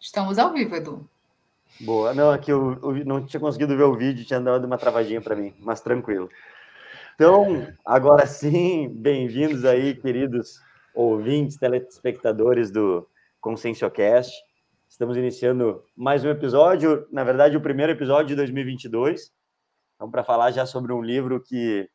Estamos ao vivo, Edu. Boa. Não, aqui eu não tinha conseguido ver o vídeo, tinha dado uma travadinha para mim, mas tranquilo. Então, agora sim, bem-vindos aí, queridos ouvintes, telespectadores do Conscienciocast. Estamos iniciando mais um episódio, na verdade, o primeiro episódio de 2022. Então, para falar já sobre um livro que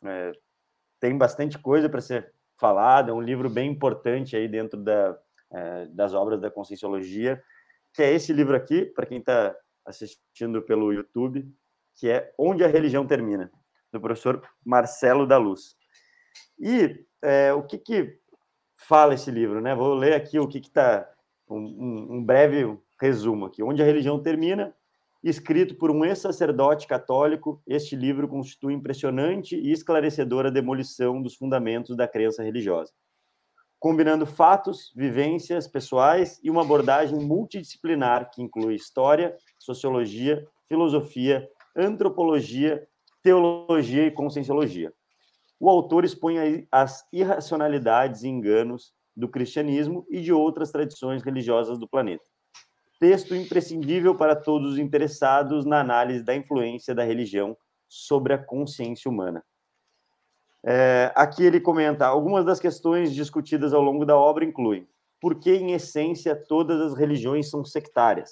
tem bastante coisa para ser falada, é um livro bem importante aí dentro das obras da Conscienciologia, que é esse livro aqui, para quem está assistindo pelo YouTube, que é Onde a Religião Termina, do professor Marcelo da Luz. E o que fala esse livro, né? Vou ler aqui o que está, um breve resumo aqui. Onde a Religião Termina, escrito por um ex-sacerdote católico, este livro constitui impressionante e esclarecedora demolição dos fundamentos da crença religiosa, combinando fatos, vivências pessoais e uma abordagem multidisciplinar que inclui história, sociologia, filosofia, antropologia, teologia e conscienciologia. O autor expõe as irracionalidades e enganos do cristianismo e de outras tradições religiosas do planeta. Texto imprescindível para todos os interessados na análise da influência da religião sobre a consciência humana. Aqui ele comenta, algumas das questões discutidas ao longo da obra incluem: por que, em essência, todas as religiões são sectárias?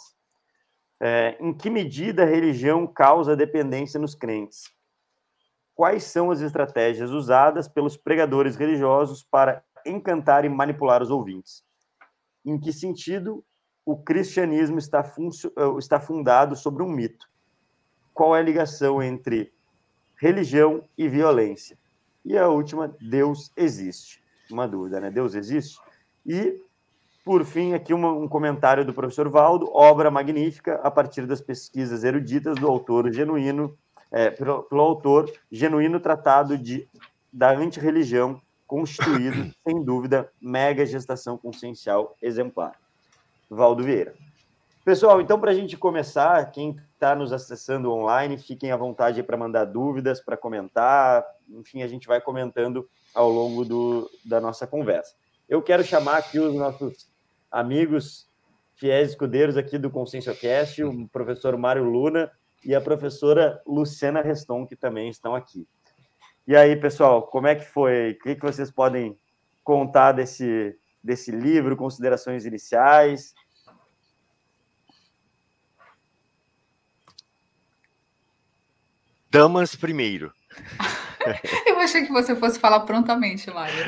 Em que medida a religião causa dependência nos crentes? Quais são as estratégias usadas pelos pregadores religiosos para encantar e manipular os ouvintes? Em que sentido o cristianismo está fundado sobre um mito? Qual é a ligação entre religião e violência? E a última, Deus existe? Uma dúvida, né? Deus existe? E, por fim, aqui um comentário do professor Valdo, obra magnífica a partir das pesquisas eruditas do autor genuíno, pelo autor, genuíno tratado da antirreligião, constituído, sem dúvida, mega gestação consciencial exemplar. Valdo Vieira. Pessoal, então, para a gente começar, quem está nos acessando online, fiquem à vontade para mandar dúvidas, para comentar, enfim, a gente vai comentando ao longo da nossa conversa. Eu quero chamar aqui os nossos amigos fiéis escudeiros aqui do Conscienciocast, o professor Mário Luna e a professora Luciana Reston, que também estão aqui. E aí, pessoal, como é que foi? O que vocês podem contar desse livro, considerações iniciais? Damas primeiro. Eu achei que você fosse falar prontamente, Mário.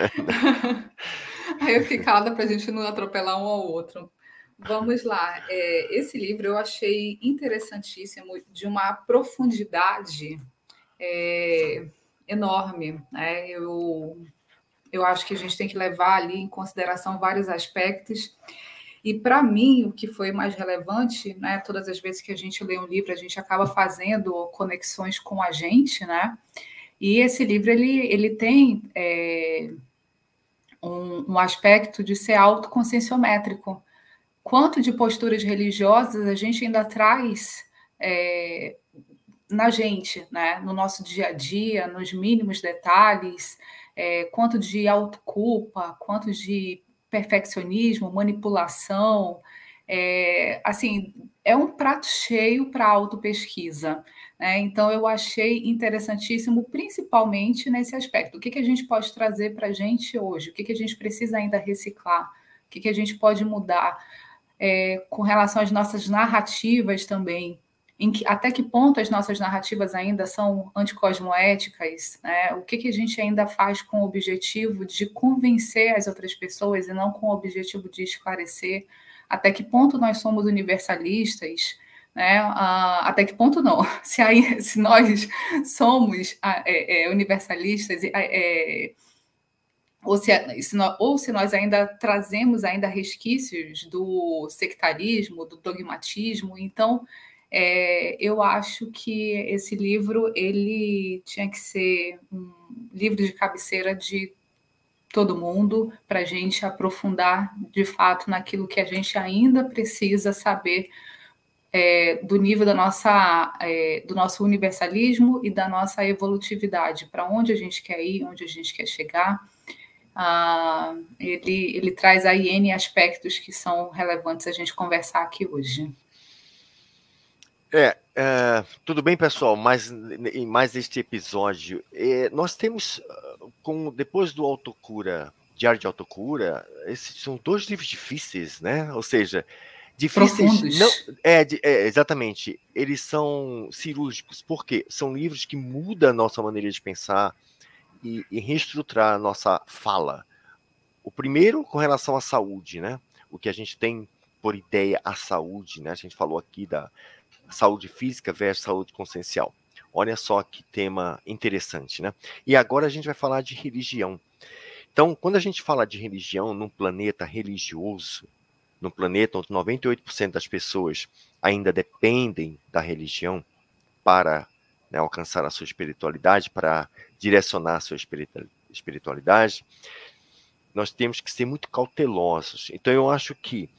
Aí eu fiquei calada para a gente não atropelar um ao outro. Vamos lá. Esse livro eu achei interessantíssimo, de uma profundidade enorme. Né? Eu acho que a gente tem que levar ali em consideração vários aspectos. E, para mim, o que foi mais relevante, né, todas as vezes que a gente lê um livro, a gente acaba fazendo conexões com a gente, né? E esse livro, ele tem um aspecto de ser autoconscienciométrico. Quanto de posturas religiosas a gente ainda traz na gente, né? No nosso dia a dia, nos mínimos detalhes, quanto de autoculpa, quanto de perfeccionismo, manipulação. Assim, é um prato cheio para a autopesquisa. Né? Então, eu achei interessantíssimo, principalmente nesse aspecto. O que a gente pode trazer para a gente hoje? O que a gente precisa ainda reciclar? O que a gente pode mudar? Com relação às nossas narrativas também, até que ponto as nossas narrativas ainda são anticosmoéticas, né? O que a gente ainda faz com o objetivo de convencer as outras pessoas e não com o objetivo de esclarecer, até que ponto nós somos universalistas, né? Até que ponto não, se nós somos universalistas, ou se nós ainda trazemos ainda resquícios do sectarismo, do dogmatismo. Então, eu acho que esse livro ele tinha que ser um livro de cabeceira de todo mundo, para a gente aprofundar de fato naquilo que a gente ainda precisa saber do nível do nosso universalismo e da nossa evolutividade, para onde a gente quer ir, onde a gente quer chegar. Ele traz aí N aspectos que são relevantes a gente conversar aqui hoje. Tudo bem, pessoal? Em mais este episódio, nós temos, depois do Autocura, Diário de Autocura, esses são 2 livros difíceis, né? Ou seja, difíceis, não, Profundos. exatamente, eles são cirúrgicos, porque são livros que mudam a nossa maneira de pensar e reestruturar a nossa fala. O primeiro, com relação à saúde, né? O que a gente tem por ideia a saúde, né? A gente falou aqui da saúde física versus saúde consciencial. Olha só que tema interessante, né? E agora a gente vai falar de religião. Então, quando a gente fala de religião num planeta religioso, num planeta onde 98% das pessoas ainda dependem da religião para, né, alcançar a sua espiritualidade, para direcionar a sua espiritualidade, nós temos que ser muito cautelosos. Então, eu acho que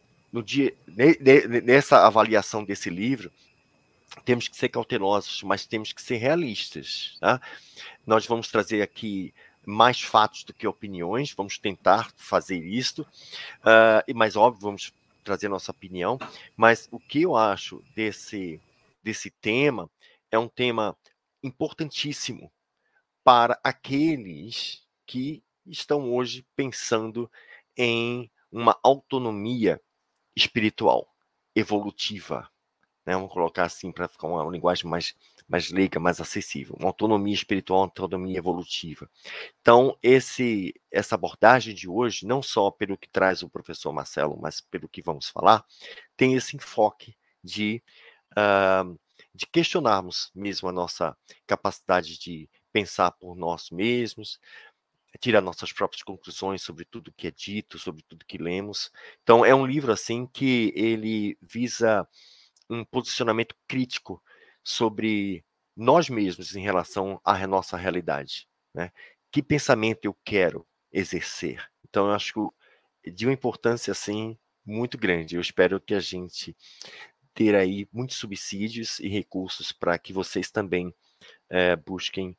nessa avaliação desse livro, temos que ser cautelosos, mas temos que ser realistas. Tá? Nós vamos trazer aqui mais fatos do que opiniões, vamos tentar fazer isso, mas óbvio, vamos trazer nossa opinião, mas o que eu acho desse tema é um tema importantíssimo para aqueles que estão hoje pensando em uma autonomia espiritual, evolutiva, né? Vamos colocar assim para ficar uma linguagem mais leiga, mais acessível. Uma autonomia espiritual, uma autonomia evolutiva. Então, essa abordagem de hoje, não só pelo que traz o professor Marcelo, mas pelo que vamos falar, tem esse enfoque de questionarmos mesmo a nossa capacidade de pensar por nós mesmos, tirar nossas próprias conclusões sobre tudo que é dito, sobre tudo que lemos. Então, é um livro assim que ele visa um posicionamento crítico sobre nós mesmos em relação à nossa realidade, né? Que pensamento eu quero exercer? Então, eu acho de uma importância assim muito grande. Eu espero que a gente ter aí muitos subsídios e recursos para que vocês também busquem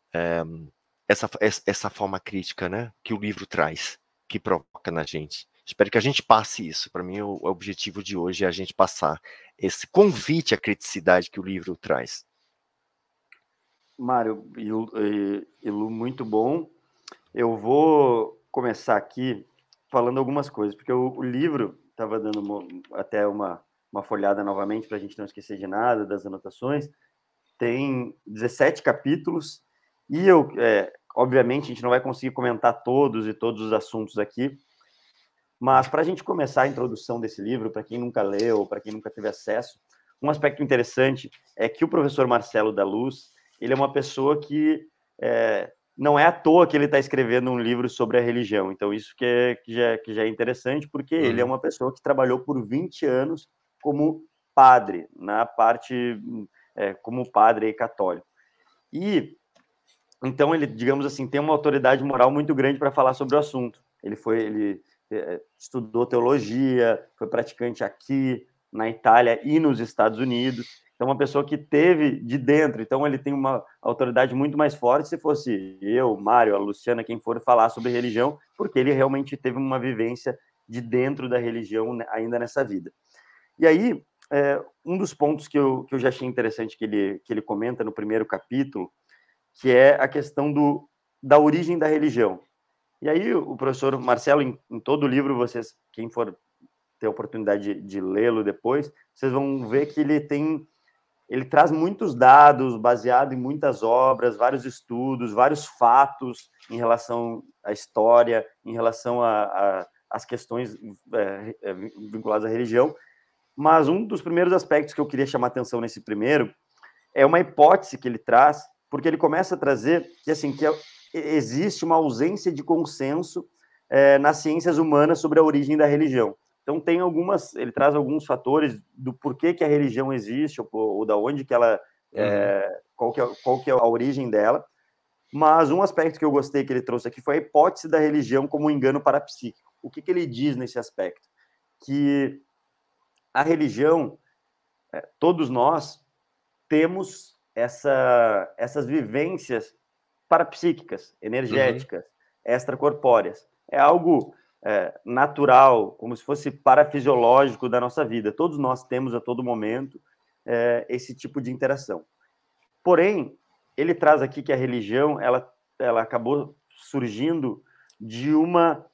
essa forma crítica, né, que o livro traz, que provoca na gente. Espero que a gente passe isso. Para mim, o objetivo de hoje é a gente passar esse convite à criticidade que o livro traz. Mário e Lu, muito bom. Eu vou começar aqui falando algumas coisas, porque o livro, estava dando até uma folhada novamente para a gente não esquecer de nada, das anotações, tem 17 capítulos, e obviamente a gente não vai conseguir comentar todos os assuntos aqui, mas para a gente começar a introdução desse livro, para quem nunca leu, para quem nunca teve acesso, um aspecto interessante é que o professor Marcelo da Luz, ele é uma pessoa que não é à toa que ele está escrevendo um livro sobre a religião. Então, isso que já é interessante, porque ele é uma pessoa que trabalhou por 20 anos como padre, na parte como padre católico. E, então, ele, digamos assim, tem uma autoridade moral muito grande para falar sobre o assunto. Ele estudou teologia, foi praticante aqui na Itália e nos Estados Unidos. Então, uma pessoa que teve de dentro. Então, ele tem uma autoridade muito mais forte se fosse eu, Mário, a Luciana, quem for falar sobre religião, porque ele realmente teve uma vivência de dentro da religião ainda nessa vida. E aí, um dos pontos que eu já achei interessante que ele comenta no primeiro capítulo, que é a questão da origem da religião. E aí, o professor Marcelo, em todo o livro, quem for ter a oportunidade de lê-lo depois, vocês vão ver que ele traz muitos dados, baseado em muitas obras, vários estudos, vários fatos em relação à história, em relação às questões vinculadas à religião. Mas um dos primeiros aspectos que eu queria chamar a atenção nesse primeiro é uma hipótese que ele traz, porque ele começa a trazer que, assim, existe uma ausência de consenso nas ciências humanas sobre a origem da religião. Então, ele traz alguns fatores do porquê que a religião existe, ou da onde que ela, qual que é a origem dela. Mas um aspecto que eu gostei que ele trouxe aqui foi a hipótese da religião como um engano parapsíquico. O que ele diz nesse aspecto? Que a religião, todos nós temos essas vivências parapsíquicas, energéticas, extracorpóreas. É algo natural, como se fosse parafisiológico da nossa vida. Todos nós temos a todo momento esse tipo de interação. Porém, ele traz aqui que a religião ela acabou surgindo de um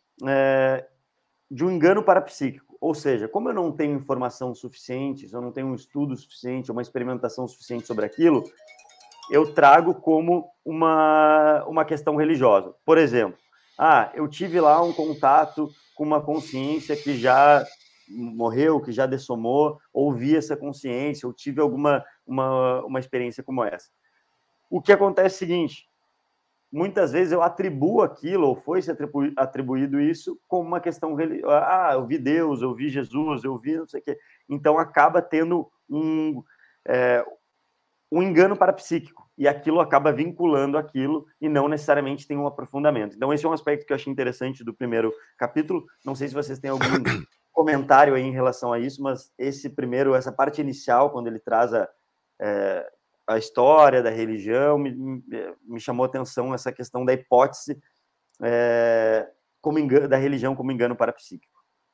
engano parapsíquico. Ou seja, como eu não tenho informação suficiente, se eu não tenho um estudo suficiente, uma experimentação suficiente sobre aquilo, eu trago como uma questão religiosa. Por exemplo, eu tive lá um contato com uma consciência que já morreu, que já dessomou, ouvi essa consciência, ou tive alguma uma experiência como essa. O que acontece é o seguinte: muitas vezes eu atribuo aquilo, ou foi-se atribuído isso, como uma questão religiosa. Eu vi Deus, eu vi Jesus, eu vi não sei o quê. Então acaba tendo um engano parapsíquico, e aquilo acaba vinculando aquilo, e não necessariamente tem um aprofundamento. Então esse é um aspecto que eu achei interessante do primeiro capítulo. Não sei se vocês têm algum comentário aí em relação a isso, mas essa parte inicial, quando ele traz a história da religião, me chamou a atenção essa questão da hipótese da religião como engano parapsíquico.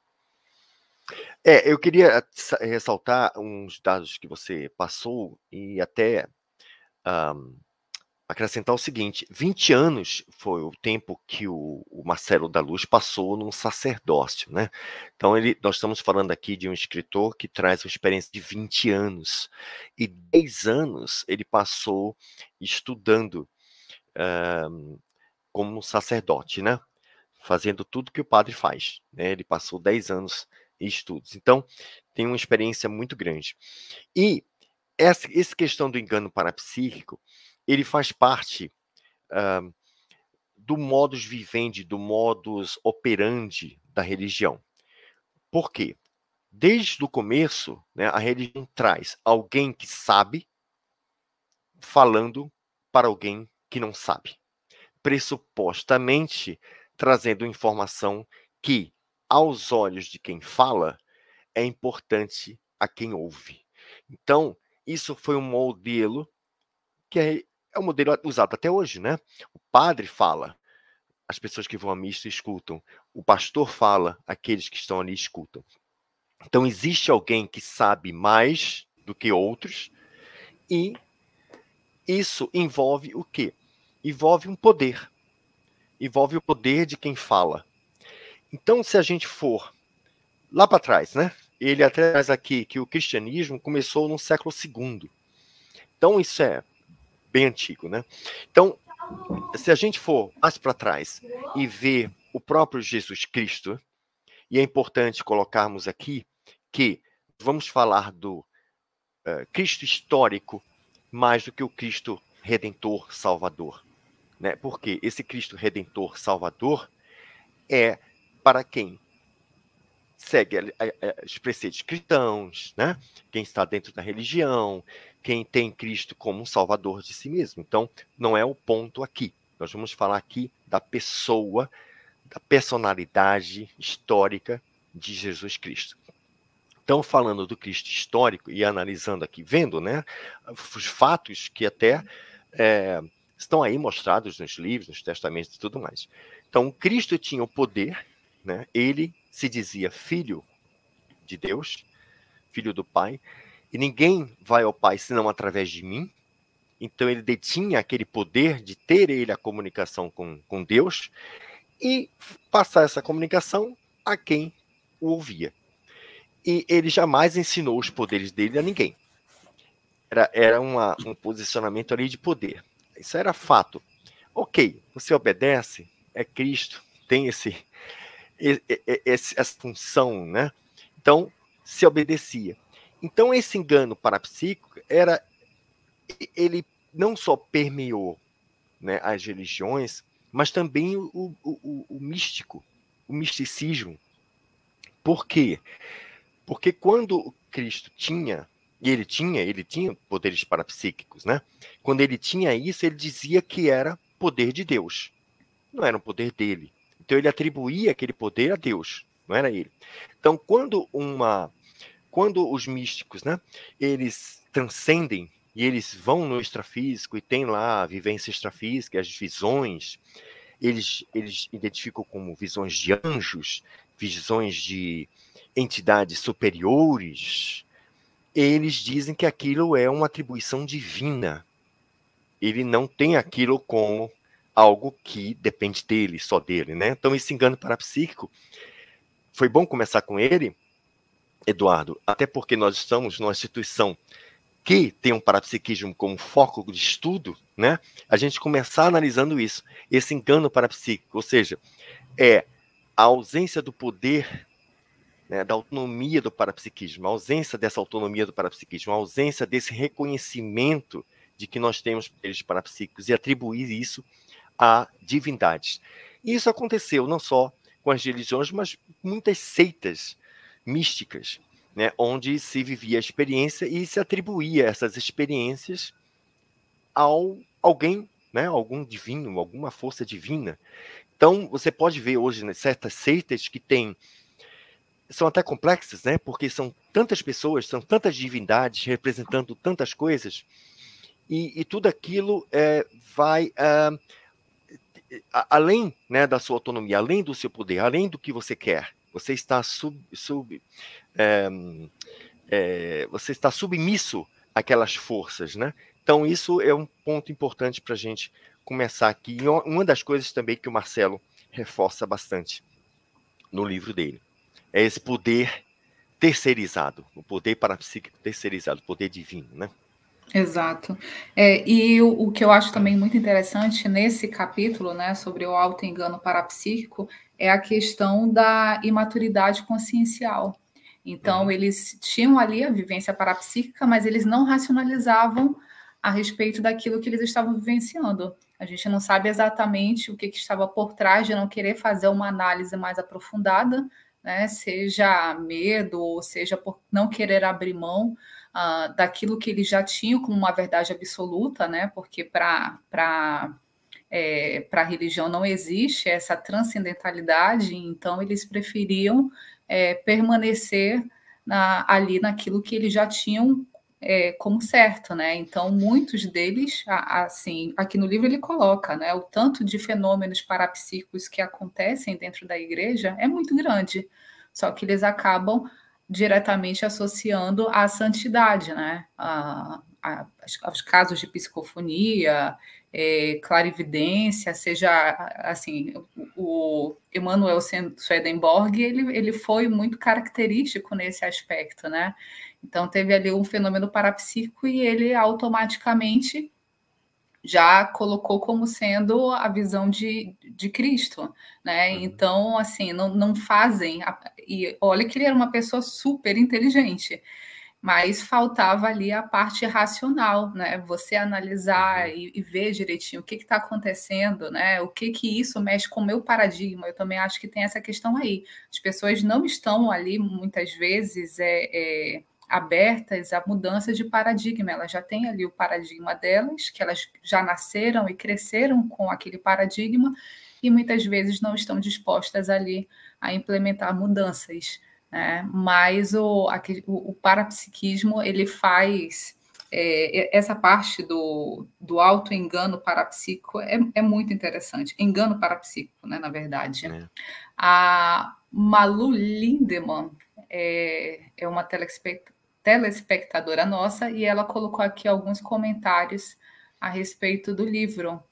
Eu queria ressaltar uns dados que você passou e até acrescentar o seguinte: 20 anos foi o tempo que o Marcelo da Luz passou num sacerdócio, né? Então, nós estamos falando aqui de um escritor que traz uma experiência de 20 anos, e 10 anos ele passou estudando como sacerdote, né? Fazendo tudo que o padre faz, né? Ele passou 10 anos em estudos. Então, tem uma experiência muito grande. E essa questão do engano parapsíquico, ele faz parte do modus vivendi, do modus operandi da religião. Por quê? Desde o começo, né, a religião traz alguém que sabe falando para alguém que não sabe. Pressupostamente trazendo informação que, aos olhos de quem fala, é importante a quem ouve. Então, isso foi um modelo que é um modelo usado até hoje, né? O padre fala, as pessoas que vão à missa escutam. O pastor fala, aqueles que estão ali escutam. Então, existe alguém que sabe mais do que outros, e isso envolve o quê? Envolve um poder. Envolve o poder de quem fala. Então, se a gente for lá para trás, né? Ele até traz aqui que o cristianismo começou no século II. Então, isso é bem antigo, né? Então, se a gente for mais para trás e ver o próprio Jesus Cristo, e é importante colocarmos aqui que vamos falar do Cristo histórico mais do que o Cristo Redentor Salvador, né? Porque esse Cristo Redentor Salvador é para quem segue os preceitos cristãos, né? Quem está dentro da religião, quem tem Cristo como um salvador de si mesmo. Então, não é o ponto aqui. Nós vamos falar aqui da pessoa, da personalidade histórica de Jesus Cristo. Então, falando do Cristo histórico e analisando aqui, vendo, né, os fatos que até estão aí mostrados nos livros, nos testamentos e tudo mais. Então, Cristo tinha o poder, né? Ele se dizia filho de Deus, filho do Pai, e ninguém vai ao Pai senão através de mim. Então ele detinha aquele poder de ter ele a comunicação com Deus e passar essa comunicação a quem o ouvia. E ele jamais ensinou os poderes dele a ninguém. Era um posicionamento ali de poder. Isso era fato. Ok, você obedece, é Cristo, tem essa função, né? Então, se obedecia. Então, esse engano parapsíquico ele não só permeou, né, as religiões, mas também o místico, o misticismo. Por quê? Porque quando Cristo tinha, e ele tinha poderes parapsíquicos, né? Quando ele tinha isso, ele dizia que era poder de Deus. Não era um poder dele. Então ele atribuía aquele poder a Deus, não era ele. Então, quando os místicos, né, eles transcendem e eles vão no extrafísico e tem lá a vivência extrafísica, as visões, eles identificam como visões de anjos, visões de entidades superiores, eles dizem que aquilo é uma atribuição divina. Ele não tem aquilo como algo que depende dele, só dele, né? Então, esse engano parapsíquico, foi bom começar com ele, Eduardo, até porque nós estamos numa instituição que tem um parapsiquismo como foco de estudo, né? A gente começar analisando isso, esse engano parapsíquico, ou seja, é a ausência do poder, né, da autonomia do parapsiquismo, a ausência dessa autonomia do parapsiquismo, a ausência desse reconhecimento de que nós temos poderes parapsíquicos e atribuir isso a divindades. E isso aconteceu não só com as religiões, mas muitas seitas místicas, né, onde se vivia a experiência e se atribuía essas experiências a alguém, né, algum divino, alguma força divina. Então, você pode ver hoje, né, certas seitas que são até complexas, né, porque são tantas pessoas, são tantas divindades representando tantas coisas, e tudo aquilo vai... além, né, da sua autonomia, além do seu poder, além do que você quer, você está você está submisso àquelas forças, né? Então, isso é um ponto importante para a gente começar aqui. E uma das coisas também que o Marcelo reforça bastante no livro dele é esse poder terceirizado, o poder parapsíquico terceirizado, o poder divino, né? Exato. E o que eu acho também muito interessante nesse capítulo, né, sobre o auto-engano parapsíquico, é a questão da imaturidade consciencial. Então, eles tinham ali a vivência parapsíquica, mas eles não racionalizavam a respeito daquilo que eles estavam vivenciando. A gente não sabe exatamente o que estava por trás de não querer fazer uma análise mais aprofundada, né, seja medo, ou seja por não querer abrir mão daquilo que eles já tinham como uma verdade absoluta, né? Porque para a religião não existe essa transcendentalidade, então eles preferiam permanecer ali naquilo que eles já tinham como certo, né? Então, muitos deles, assim, aqui no livro ele coloca, né? O tanto de fenômenos parapsíquicos que acontecem dentro da igreja é muito grande, só que eles acabam diretamente associando à santidade, né? Aos casos de psicofonia, clarividência, seja assim, o Emanuel Swedenborg, ele foi muito característico nesse aspecto, né? Então teve ali um fenômeno parapsíquico e ele automaticamente já colocou como sendo a visão de Cristo, né? Então, assim, não fazem... E olha que ele era uma pessoa super inteligente, mas faltava ali a parte racional, né? Você analisar e ver direitinho o que está acontecendo, né? O que isso mexe com o meu paradigma. Eu também acho que tem essa questão aí. As pessoas não estão ali, muitas vezes, abertas à mudança de paradigma. Elas já têm ali o paradigma delas, que elas já nasceram e cresceram com aquele paradigma, e muitas vezes não estão dispostas ali a implementar mudanças, né? Mas o parapsiquismo, ele faz... essa parte do auto-engano parapsíquico é muito interessante. Engano parapsíquico, né, na verdade. A Malu Lindemann é uma telespectadora nossa, e ela colocou aqui alguns comentários a respeito do livro.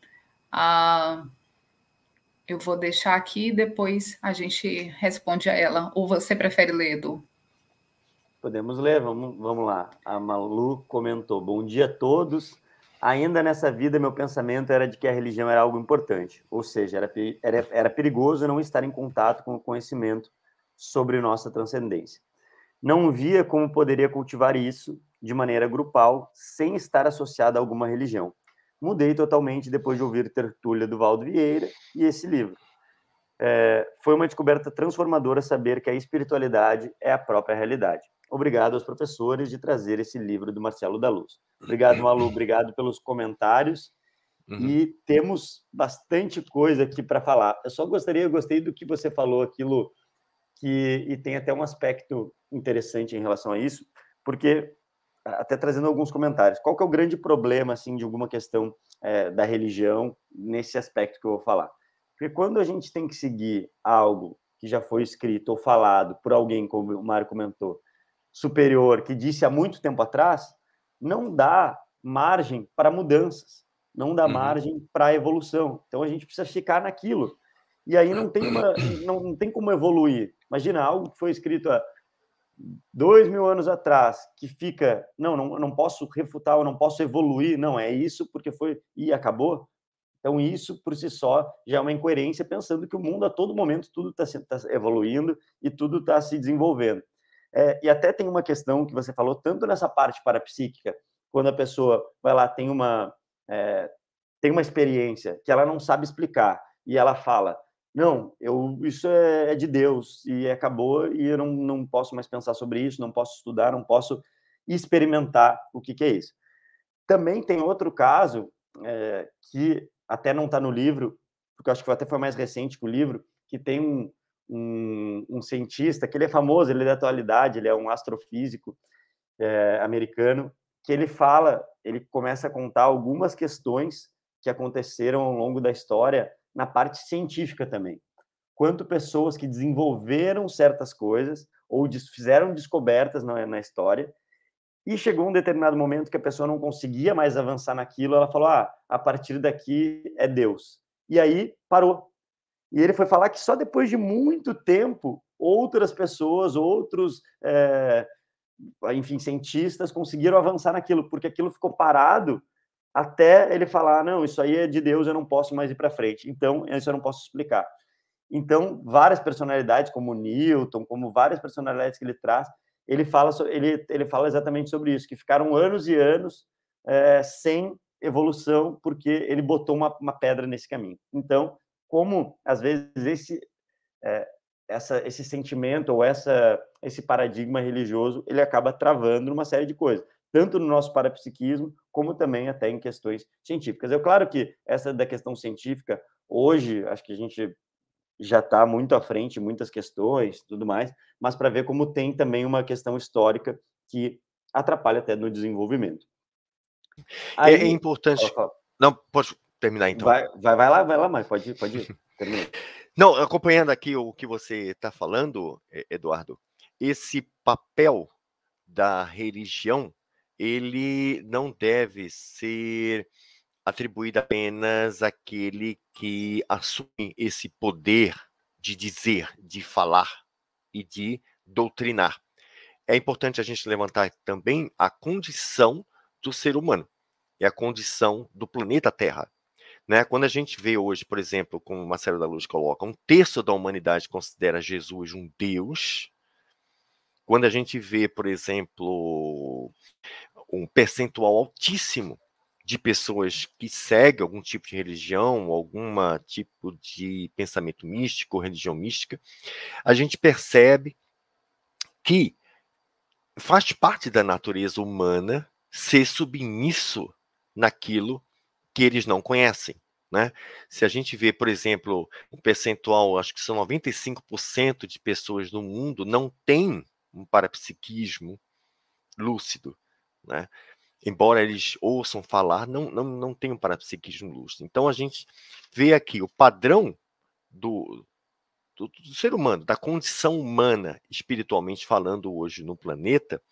Eu vou deixar aqui e depois a gente responde a ela. Ou você prefere ler, Edu? Podemos ler, vamos lá. A Malu comentou: bom dia a todos. Ainda nessa vida, meu pensamento era de que a religião era algo importante, ou seja, era perigoso não estar em contato com o conhecimento sobre nossa transcendência. Não via como poderia cultivar isso de maneira grupal, sem estar associado a alguma religião. Mudei totalmente depois de ouvir Tertúlia do Valdo Vieira e esse livro. Foi uma descoberta transformadora saber que a espiritualidade é a própria realidade. Obrigado aos professores de trazer esse livro do Marcelo da Luz. Obrigado, Malu, obrigado pelos comentários. E temos bastante coisa aqui para falar. Eu gostei do que você falou, aquilo e tem até um aspecto interessante em relação a isso, porque, até trazendo alguns comentários, qual que é o grande problema, assim, de alguma questão da religião nesse aspecto que eu vou falar? Porque quando a gente tem que seguir algo que já foi escrito ou falado por alguém, como o Mário comentou, superior, que disse há muito tempo atrás, não dá margem para mudanças, não dá margem para evolução. Então a gente precisa ficar naquilo. E aí não tem como evoluir. Imagina algo que foi escrito há 2000 anos atrás, que fica, não posso refutar, eu não posso evoluir, não, é isso porque foi e acabou. Então, isso, por si só, já é uma incoerência, pensando que o mundo, a todo momento, tudo está evoluindo e tudo está se desenvolvendo. E até tem uma questão que você falou, tanto nessa parte parapsíquica, quando a pessoa vai lá, tem uma experiência que ela não sabe explicar, e ela fala, não, isso é de Deus, e acabou, e eu não posso mais pensar sobre isso, não posso estudar, não posso experimentar o que é isso. Também tem outro caso, que até não está no livro, porque eu acho que até foi mais recente que o livro, que tem um cientista, que ele é famoso, ele é da atualidade, ele é um astrofísico americano, que ele começa a contar algumas questões que aconteceram ao longo da história na parte científica também. Quanto pessoas que desenvolveram certas coisas ou fizeram descobertas na história, e chegou um determinado momento que a pessoa não conseguia mais avançar naquilo, ela falou, a partir daqui é Deus. E aí parou. E ele foi falar que só depois de muito tempo, outras pessoas, outros, enfim, cientistas conseguiram avançar naquilo, porque aquilo ficou parado até ele falar, não, isso aí é de Deus, eu não posso mais ir para frente. Então, isso eu não posso explicar. Então, várias personalidades, como Newton, como várias personalidades que ele traz, ele fala exatamente sobre isso, que ficaram anos e anos sem evolução, porque ele botou uma pedra nesse caminho. Então, como, às vezes, esse sentimento ou esse paradigma religioso, ele acaba travando uma série de coisas, tanto no nosso parapsiquismo, como também até em questões científicas. É claro que essa da questão científica, hoje, acho que a gente já está muito à frente em muitas questões, tudo mais, mas para ver como tem também uma questão histórica que atrapalha até no desenvolvimento. Aí, é importante... Não, pode terminar então. Vai lá, mas pode ir. Termina. Não, acompanhando aqui o que você está falando, Eduardo, esse papel da religião, ele não deve ser atribuído apenas àquele que assume esse poder de dizer, de falar e de doutrinar. É importante a gente levantar também a condição do ser humano, e a condição do planeta Terra. Né? Quando a gente vê hoje, por exemplo, como o Marcelo da Luz coloca, 1/3 da humanidade considera Jesus um Deus. Quando a gente vê, por exemplo, um percentual altíssimo de pessoas que seguem algum tipo de religião, algum tipo de pensamento místico, religião mística, a gente percebe que faz parte da natureza humana ser submisso naquilo que eles não conhecem. Né? Se a gente vê, por exemplo, um percentual, acho que são 95% de pessoas no mundo não tem um parapsiquismo lúcido, né? Embora eles ouçam falar, não tem um parapsiquismo lúcido. Então a gente vê aqui o padrão do ser humano, da condição humana, espiritualmente falando hoje no planeta,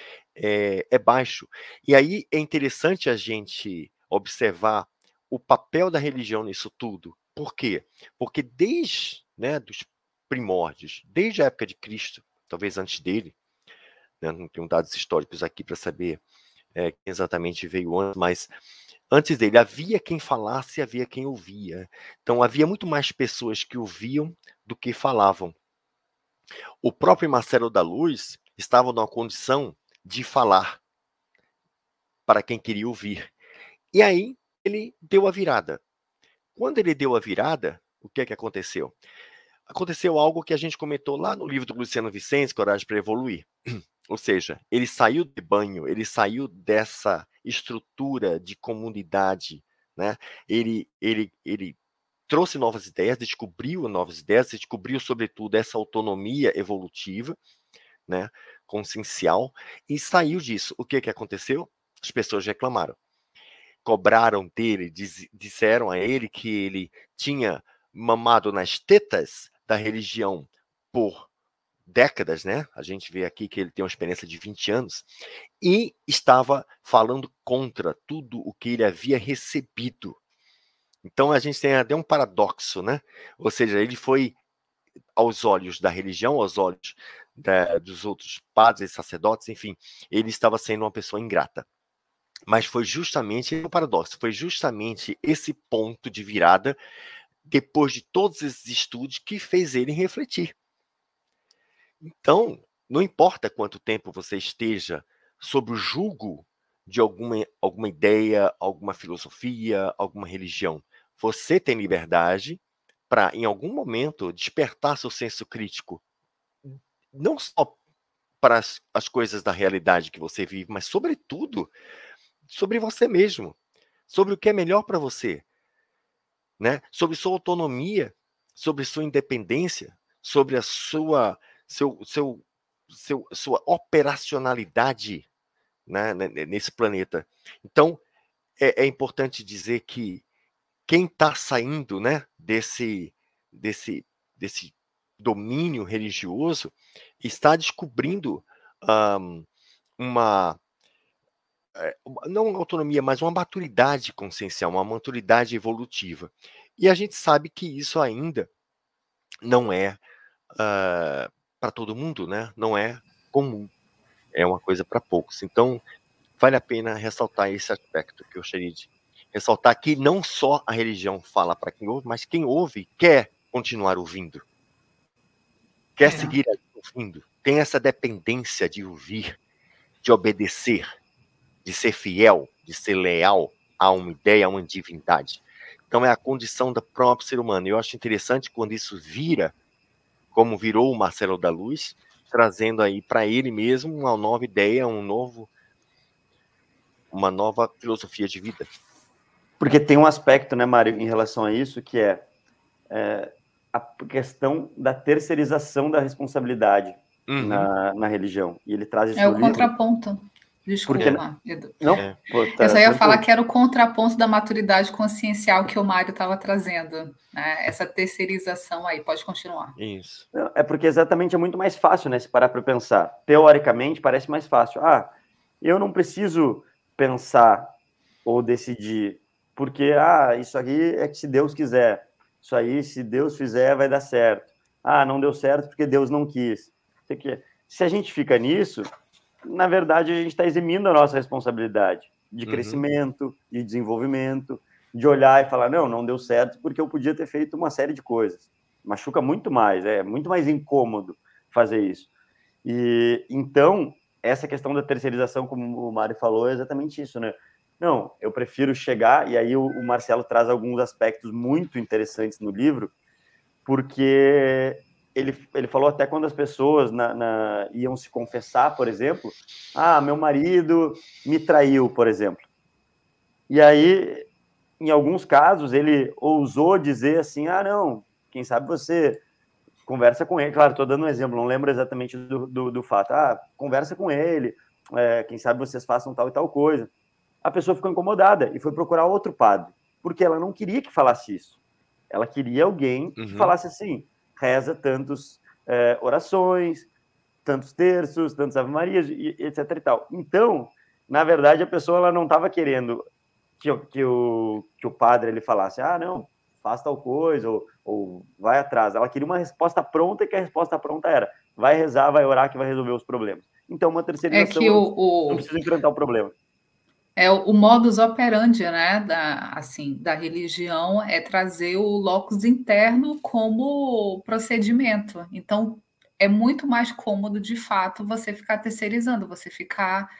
é baixo. E aí é interessante a gente observar o papel da religião nisso tudo. Por quê? Porque desde dos primórdios, desde a época de Cristo, talvez antes dele, né, não tenho dados históricos aqui para saber quem exatamente veio antes, mas antes dele havia quem falasse e havia quem ouvia. Então havia muito mais pessoas que ouviam do que falavam. O próprio Marcelo da Luz estava numa condição de falar para quem queria ouvir. E aí ele deu a virada. Quando ele deu a virada, o que é que aconteceu? Aconteceu algo que a gente comentou lá no livro do Luciano Vicente, Coragem para Evoluir. Ou seja, ele saiu de banho, ele saiu dessa estrutura de comunidade, né? Ele trouxe novas ideias, descobriu novas ideias, descobriu, sobretudo, essa autonomia evolutiva, né? Consciencial, e saiu disso. O que aconteceu? As pessoas reclamaram. Cobraram dele, disseram a ele que ele tinha mamado nas tetas da religião por décadas, né? A gente vê aqui que ele tem uma experiência de 20 anos, e estava falando contra tudo o que ele havia recebido. Então a gente tem até um paradoxo, né? Ou seja, ele foi, aos olhos da religião, aos olhos dos outros padres e sacerdotes, enfim, ele estava sendo uma pessoa ingrata. Mas foi justamente o paradoxo, foi justamente esse ponto de virada, depois de todos esses estudos, que fez ele refletir. Então, não importa quanto tempo você esteja sob o jugo de alguma ideia, alguma filosofia, alguma religião, você tem liberdade para, em algum momento, despertar seu senso crítico, não só para as coisas da realidade que você vive, mas, sobretudo, sobre você mesmo, sobre o que é melhor para você, né? Sobre sua autonomia, sobre sua independência, sobre a sua operacionalidade, né, nesse planeta. Então, é importante dizer que quem está saindo, né, desse domínio religioso está descobrindo não uma autonomia, mas uma maturidade consciencial, uma maturidade evolutiva. E a gente sabe que isso ainda não é para todo mundo, né? Não é comum, é uma coisa para poucos. Então, vale a pena ressaltar esse aspecto que eu gostaria de ressaltar, que não só a religião fala para quem ouve, mas quem ouve quer continuar ouvindo, quer seguir ouvindo, tem essa dependência de ouvir, de obedecer, de ser fiel, de ser leal a uma ideia, a uma divindade. Então é a condição do próprio ser humano. Eu acho interessante quando isso vira, como virou o Marcelo da Luz, trazendo aí para ele mesmo uma nova ideia, uma nova filosofia de vida. Porque tem um aspecto, né, Mário, em relação a isso, que é a questão da terceirização da responsabilidade na religião. E ele traz isso no livro. É o contraponto. Desculpa. Não? Eu só ia falar que era o contraponto da maturidade consciencial que o Mário estava trazendo. Né? Essa terceirização aí. Pode continuar. Isso. É porque exatamente é muito mais fácil, né? Se parar para pensar. Teoricamente, parece mais fácil. Eu não preciso pensar ou decidir, porque isso aqui é que se Deus quiser. Isso aí, se Deus fizer, vai dar certo. Não deu certo porque Deus não quis. Se a gente fica nisso, na verdade, a gente está eximindo a nossa responsabilidade de crescimento, de desenvolvimento, de olhar e falar, não deu certo porque eu podia ter feito uma série de coisas. Machuca muito mais, é muito mais incômodo fazer isso. E então, essa questão da terceirização, como o Mário falou, é exatamente isso, né? Não, eu prefiro chegar, e aí o Marcelo traz alguns aspectos muito interessantes no livro, porque ele falou até quando as pessoas iam se confessar, por exemplo, meu marido me traiu, por exemplo. E aí, em alguns casos, ele ousou dizer assim, não, quem sabe você conversa com ele. Claro, estou dando um exemplo, não lembro exatamente do fato. Conversa com ele, quem sabe vocês façam tal e tal coisa. A pessoa ficou incomodada e foi procurar outro padre, porque ela não queria que falasse isso. Ela queria alguém que falasse assim, reza tantos orações, tantos terços, tantos ave-marias, etc e tal. Então, na verdade, a pessoa ela não estava querendo que o padre ele falasse, não, faz tal coisa, ou vai atrás. Ela queria uma resposta pronta, e que a resposta pronta era, vai rezar, vai orar, que vai resolver os problemas. Então, uma terceirização não precisa enfrentar o problema. O modus operandi, né, da religião é trazer o locus interno como procedimento. Então, é muito mais cômodo, de fato, você ficar terceirizando, você ficar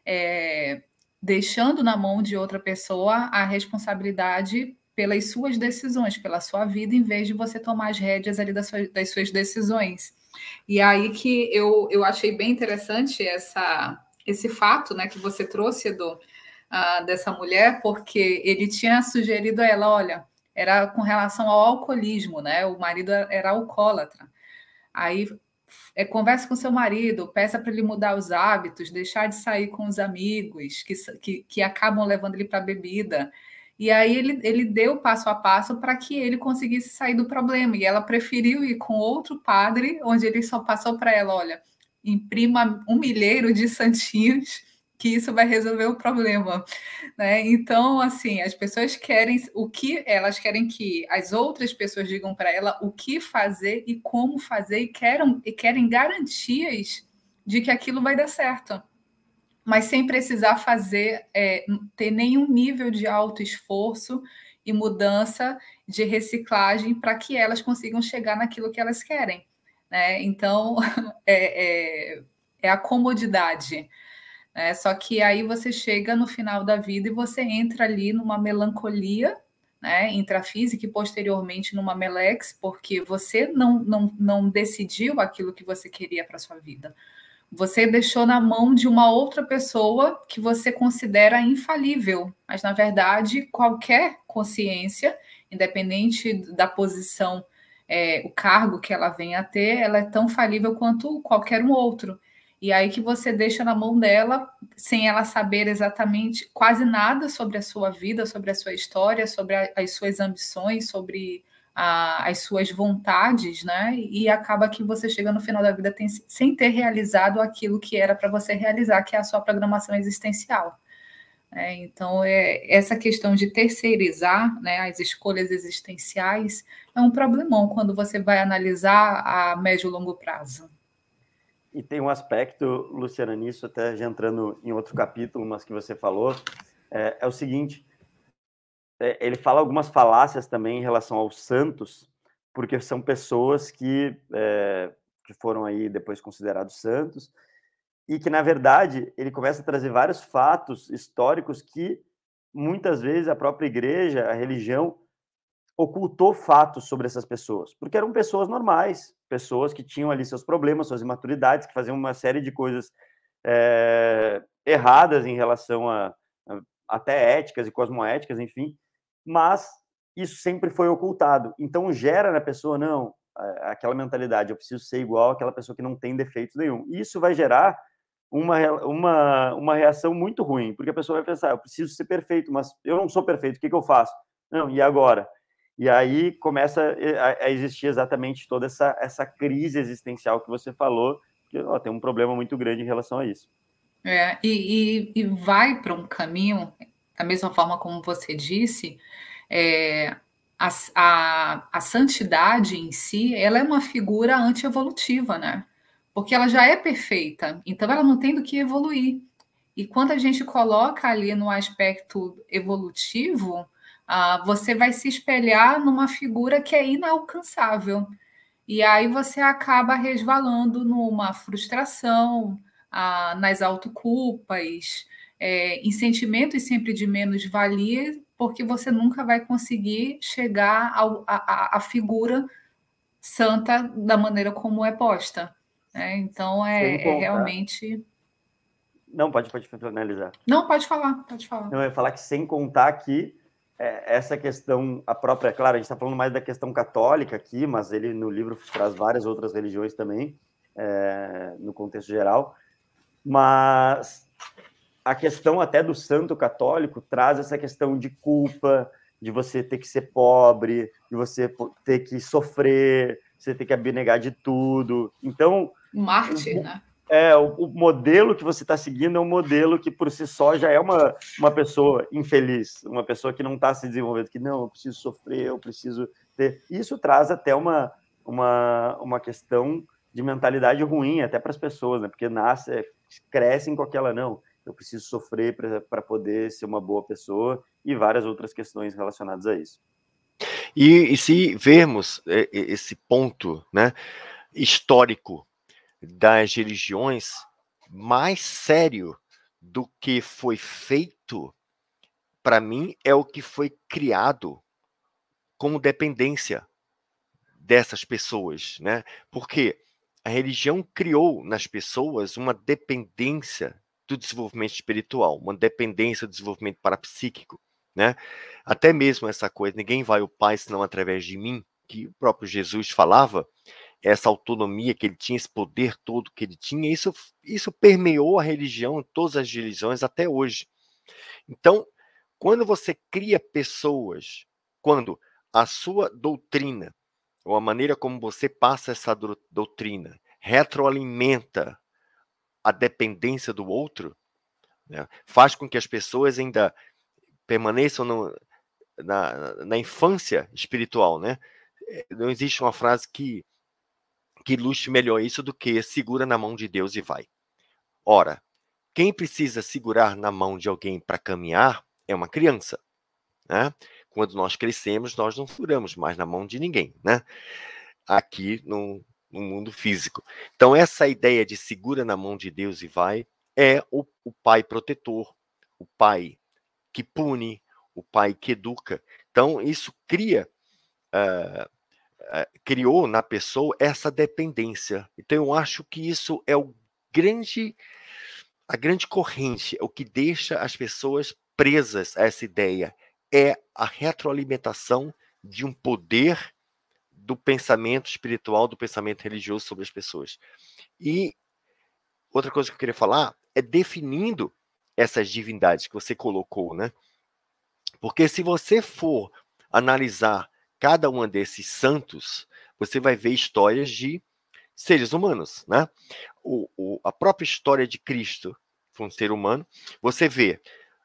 deixando na mão de outra pessoa a responsabilidade pelas suas decisões, pela sua vida, em vez de você tomar as rédeas ali das suas decisões. E aí que eu achei bem interessante esse fato, né, que você trouxe, Edu, dessa mulher, porque ele tinha sugerido a ela, olha, era com relação ao alcoolismo, né? O marido era alcoólatra. Aí converse com seu marido, peça para ele mudar os hábitos, deixar de sair com os amigos que acabam levando ele para a bebida. E aí ele deu passo a passo para que ele conseguisse sair do problema. E ela preferiu ir com outro padre, onde ele só passou para ela, olha, imprima 1 milheiro de santinhos, que isso vai resolver o problema, né? Então, assim, as pessoas querem o que elas querem que as outras pessoas digam para ela o que fazer e como fazer e querem garantias de que aquilo vai dar certo, mas sem precisar ter nenhum nível de autoesforço e mudança de reciclagem para que elas consigam chegar naquilo que elas querem, né? Então, é a comodidade. Só que aí você chega no final da vida e você entra ali numa melancolia, né, intrafísica e posteriormente numa melex, porque você não decidiu aquilo que você queria para sua vida. Você deixou na mão de uma outra pessoa que você considera infalível, mas na verdade qualquer consciência, independente da posição, o cargo que ela venha a ter, ela é tão falível quanto qualquer um outro. E aí que você deixa na mão dela, sem ela saber exatamente quase nada sobre a sua vida, sobre a sua história, sobre as suas ambições, sobre as suas vontades, né? E acaba que você chega no final da vida sem ter realizado aquilo que era para você realizar, que é a sua programação existencial. Então, essa questão de terceirizar, né, as escolhas existenciais é um problemão quando você vai analisar a médio e longo prazo. E tem um aspecto, Luciana, nisso, até já entrando em outro capítulo, mas que você falou, é o seguinte, ele fala algumas falácias também em relação aos santos, porque são pessoas que foram aí depois considerados santos, e que, na verdade, ele começa a trazer vários fatos históricos que, muitas vezes, a própria igreja, a religião, ocultou fatos sobre essas pessoas, porque eram pessoas normais, pessoas que tinham ali seus problemas, suas imaturidades, que faziam uma série de coisas erradas em relação a até éticas e cosmoéticas, enfim, mas isso sempre foi ocultado. Então gera na pessoa, não, aquela mentalidade, eu preciso ser igual àquela pessoa que não tem defeitos nenhum. Isso vai gerar uma reação muito ruim, porque a pessoa vai pensar, eu preciso ser perfeito, mas eu não sou perfeito, o que eu faço? Não, e agora? E aí começa a existir exatamente toda essa crise existencial que você falou, que tem um problema muito grande em relação a isso. E vai para um caminho, da mesma forma como você disse, a santidade em si, ela é uma figura antievolutiva, né? Porque ela já é perfeita, então ela não tem do que evoluir. E quando a gente coloca ali no aspecto evolutivo, você vai se espelhar numa figura que é inalcançável. E aí você acaba resvalando numa frustração, nas autoculpas, em sentimentos sempre de menos-valia, porque você nunca vai conseguir chegar à figura santa da maneira como é posta. Então, realmente... Não, pode finalizar. Não, pode falar, pode falar. Não, eu ia falar que sem contar que essa questão, a própria, claro, a gente está falando mais da questão católica aqui, mas ele no livro traz várias outras religiões também, no contexto geral, mas a questão até do santo católico traz essa questão de culpa, de você ter que ser pobre, de você ter que sofrer, você ter que abnegar de tudo. Então... Mártir, né? O modelo que você está seguindo é um modelo que, por si só, já é uma pessoa infeliz, uma pessoa que não está se desenvolvendo, que não, eu preciso sofrer, eu preciso ter... Isso traz até uma questão de mentalidade ruim até para as pessoas, né? Porque crescem com aquela, não, eu preciso sofrer para poder ser uma boa pessoa, e várias outras questões relacionadas a isso. E se vermos esse ponto, né, histórico das religiões, mais sério do que foi feito, para mim, é o que foi criado como dependência dessas pessoas, né? Porque a religião criou nas pessoas uma dependência do desenvolvimento espiritual, uma dependência do desenvolvimento parapsíquico, né? Até mesmo essa coisa, ninguém vai ao Pai senão através de mim, que o próprio Jesus falava, essa autonomia que ele tinha, esse poder todo que ele tinha, isso permeou a religião, todas as religiões até hoje. Então, Quando você cria pessoas, quando a sua doutrina, ou a maneira como você passa essa doutrina, retroalimenta a dependência do outro, né, faz com que as pessoas ainda permaneçam na infância espiritual, né? Não existe uma frase que ilustre melhor isso do que segura na mão de Deus e vai. Ora, quem precisa segurar na mão de alguém para caminhar é uma criança, né? Quando nós crescemos, nós não seguramos mais na mão de ninguém, né? Aqui no mundo físico. Então, essa ideia de segura na mão de Deus e vai é o pai protetor, o pai que pune, o pai que educa. Então, isso criou na pessoa essa dependência. Então, eu acho que isso é a grande corrente, o que deixa as pessoas presas a essa ideia, é a retroalimentação de um poder do pensamento espiritual, do pensamento religioso sobre as pessoas. E outra coisa que eu queria falar é definindo essas divindades que você colocou, né? Porque se você for analisar cada um desses santos, você vai ver histórias de seres humanos, né? A própria história de Cristo foi um ser humano. Você vê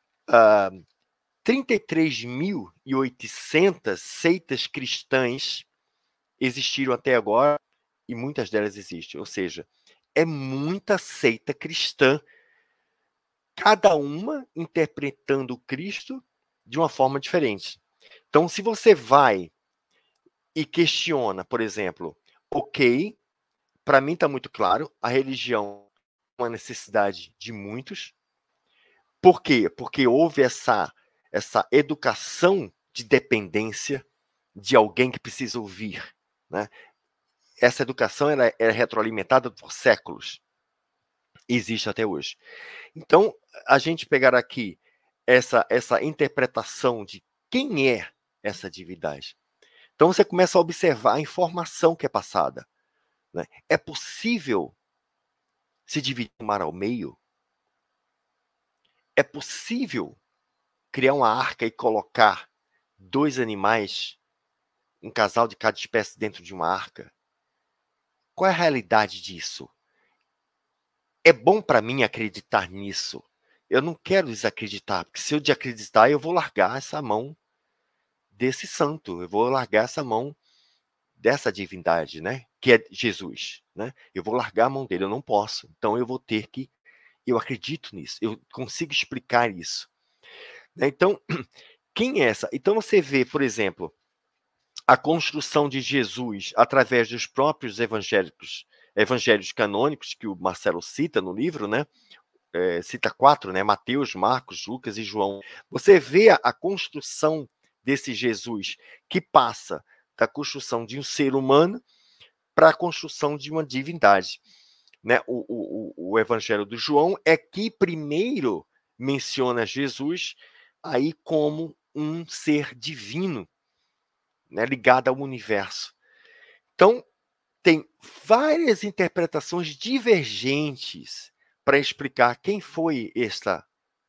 33.800 seitas cristãs existiram até agora e muitas delas existem. Ou seja, é muita seita cristã, cada uma interpretando Cristo de uma forma diferente. Então, se você vai e questiona, por exemplo, ok, para mim está muito claro, a religião é uma necessidade de muitos. Por quê? Porque houve essa educação de dependência de alguém que precisa ouvir, né? Essa educação ela é retroalimentada por séculos. Existe até hoje. Então, a gente pegar aqui essa interpretação de quem é essa divindade. Então, você começa a observar a informação que é passada, né? É possível se dividir o mar ao meio? É possível criar uma arca e colocar 2 animais, um casal de cada espécie dentro de uma arca? Qual é a realidade disso? É bom para mim acreditar nisso. Eu não quero desacreditar, porque se eu desacreditar, eu vou largar essa mão desse santo, eu vou largar essa mão dessa divindade, né? Que é Jesus, né? Eu vou largar a mão dele, eu não posso. Então eu vou ter que, eu acredito nisso, eu consigo explicar isso. Então, quem é essa? Então você vê, por exemplo, a construção de Jesus através dos próprios evangelhos canônicos que o Marcelo cita no livro, né? Cita 4, né? Mateus, Marcos, Lucas e João. Você vê a construção desse Jesus que passa da construção de um ser humano para a construção de uma divindade, né? O Evangelho do João é que primeiro menciona Jesus aí como um ser divino, né? Ligado ao universo. Então, tem várias interpretações divergentes para explicar quem foi esta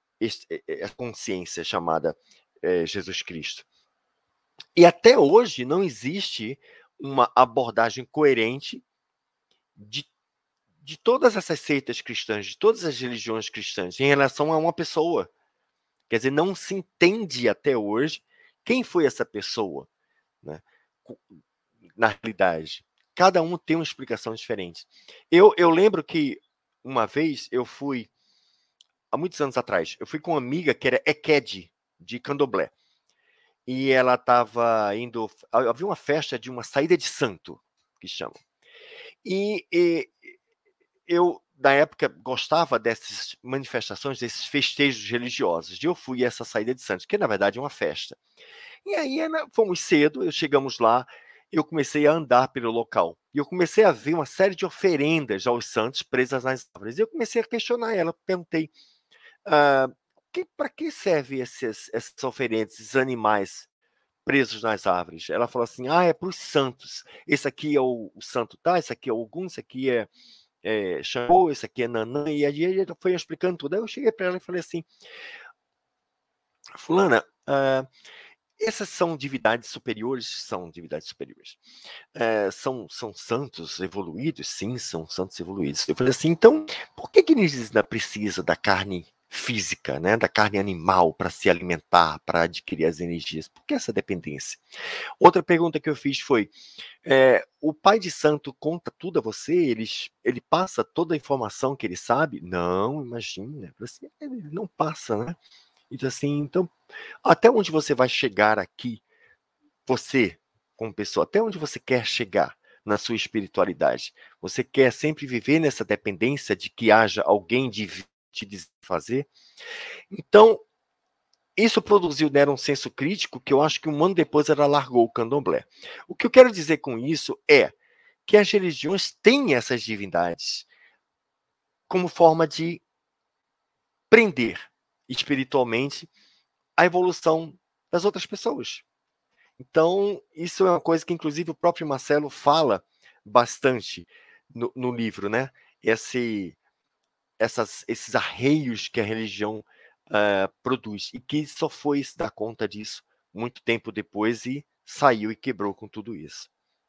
consciência chamada Jesus Cristo. E até hoje não existe uma abordagem coerente de todas essas seitas cristãs, de todas as religiões cristãs, em relação a uma pessoa. Quer dizer, não se entende até hoje quem foi essa pessoa, né? Na realidade. Cada um tem uma explicação diferente. Eu lembro que uma vez eu fui, há muitos anos atrás, eu fui com uma amiga que era Ekede, de Candomblé. E ela estava indo, havia uma festa de uma saída de santo, que chamam. E eu, na época, gostava dessas manifestações, desses festejos religiosos. E eu fui a essa saída de santos, que na verdade é uma festa. E aí fomos cedo, chegamos lá, eu comecei a andar pelo local. E eu comecei a ver uma série de oferendas aos santos presas nas árvores. E eu comecei a questionar ela, perguntei, para que servem essas oferendas, esses animais presos nas árvores? Ela falou assim, é para os santos. Esse aqui é o santo tá, esse aqui é Ogum, esse aqui é Xangô, esse aqui é Nanã. E aí ele foi explicando tudo. Aí eu cheguei para ela e falei assim, Fulana, essas são divindades superiores? São divindades superiores. São santos evoluídos? Sim, são santos evoluídos. Eu falei assim, então, por que eles ainda precisam da carne física, né, da carne animal para se alimentar, para adquirir as energias? Por que essa dependência? Outra pergunta que eu fiz foi, o pai de santo conta tudo a você? Ele passa toda a informação que ele sabe? Não, imagina. Assim, ele não passa, né? Então, assim, então, até onde você vai chegar aqui, você, como pessoa, até onde você quer chegar na sua espiritualidade? Você quer sempre viver nessa dependência de que haja alguém de te fazer? Então, isso produziu nela um senso crítico que eu acho que um ano depois ela largou o candomblé. O que eu quero dizer com isso é que as religiões têm essas divindades como forma de prender espiritualmente a evolução das outras pessoas. Então, isso é uma coisa que, inclusive, o próprio Marcelo fala bastante no livro, né? Esses arreios que a religião produz, e que só foi se dar conta disso muito tempo depois e saiu e quebrou com tudo isso.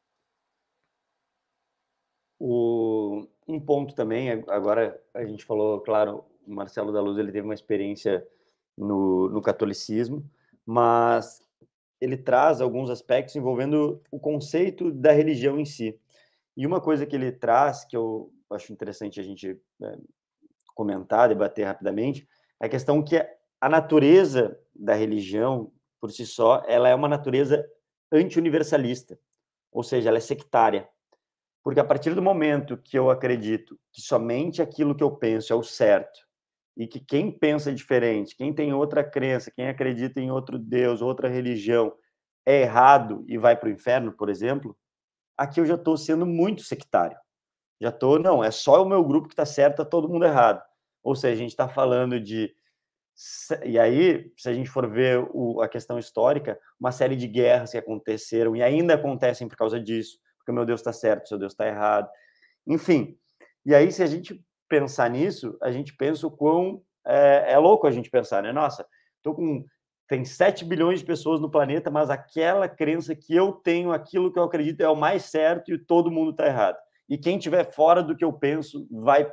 Um ponto também, agora a gente falou, claro, o Marcelo da Luz ele teve uma experiência no catolicismo, mas ele traz alguns aspectos envolvendo o conceito da religião em si. E uma coisa que ele traz, que eu acho interessante a gente comentar, debater rapidamente, é a questão que a natureza da religião, por si só, ela é uma natureza anti-universalista, ou seja, ela é sectária. Porque a partir do momento que eu acredito que somente aquilo que eu penso é o certo, e que quem pensa diferente, quem tem outra crença, quem acredita em outro Deus, outra religião, é errado e vai para o inferno, por exemplo, aqui eu já estou sendo muito sectário. Já estou, não, é só o meu grupo que está certo, está todo mundo errado. Ou seja, a gente está falando de... E aí, se a gente for ver a questão histórica, uma série de guerras que aconteceram e ainda acontecem por causa disso, porque o meu Deus está certo, o seu Deus está errado. Enfim, e aí se a gente pensar nisso, a gente pensa o quão é louco a gente pensar, né? Nossa, tem 7 bilhões de pessoas no planeta, mas aquela crença que eu tenho, aquilo que eu acredito é o mais certo e todo mundo está errado. E quem estiver fora do que eu penso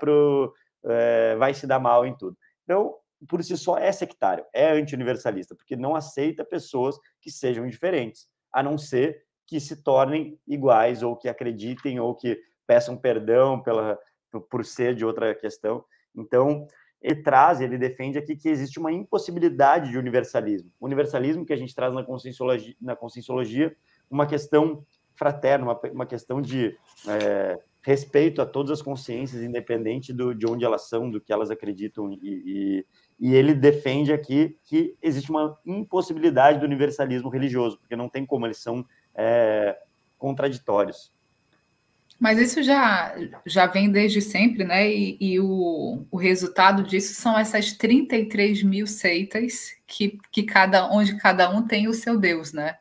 vai se dar mal em tudo. Então, por si só, é sectário, é anti-universalista, porque não aceita pessoas que sejam diferentes, a não ser que se tornem iguais, ou que acreditem, ou que peçam perdão por ser de outra questão. Então, ele defende aqui que existe uma impossibilidade de universalismo. O universalismo que a gente traz na Conscienciologia, uma questão fraterna, uma questão de respeito a todas as consciências, independente de onde elas são, do que elas acreditam, e ele defende aqui que existe uma impossibilidade do universalismo religioso, porque não tem como, eles são contraditórios. Mas isso já vem desde sempre, né? E o resultado disso são essas 33 mil seitas onde cada um tem o seu Deus, né?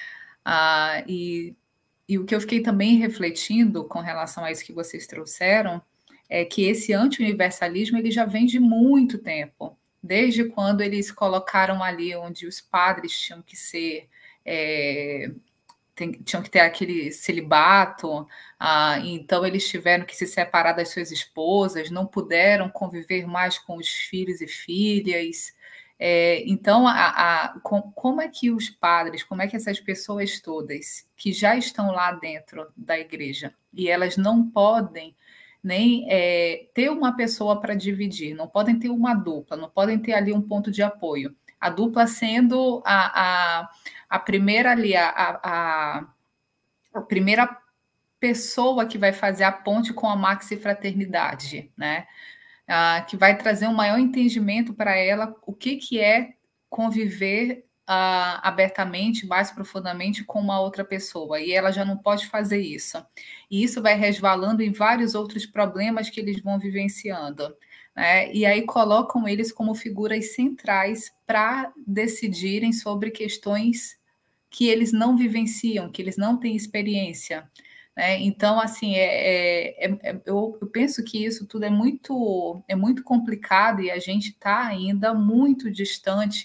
E o que eu fiquei também refletindo com relação a isso que vocês trouxeram é que esse anti-universalismo ele já vem de muito tempo, desde quando eles colocaram ali onde os padres tinham que ser... tinham que ter aquele celibato, então eles tiveram que se separar das suas esposas, não puderam conviver mais com os filhos e filhas. Então, como é que os padres, como é que essas pessoas todas que já estão lá dentro da igreja e elas não podem nem ter uma pessoa para dividir, não podem ter uma dupla, não podem ter ali um ponto de apoio. A dupla sendo a primeira ali, a primeira pessoa que vai fazer a ponte com a maxifraternidade, né? Que vai trazer um maior entendimento para ela o que é conviver abertamente, mais profundamente com uma outra pessoa, e ela já não pode fazer isso. E isso vai resvalando em vários outros problemas que eles vão vivenciando. E aí colocam eles como figuras centrais para decidirem sobre questões que eles não vivenciam, que eles não têm experiência. Então, assim, eu penso que isso tudo é muito complicado e a gente está ainda muito distante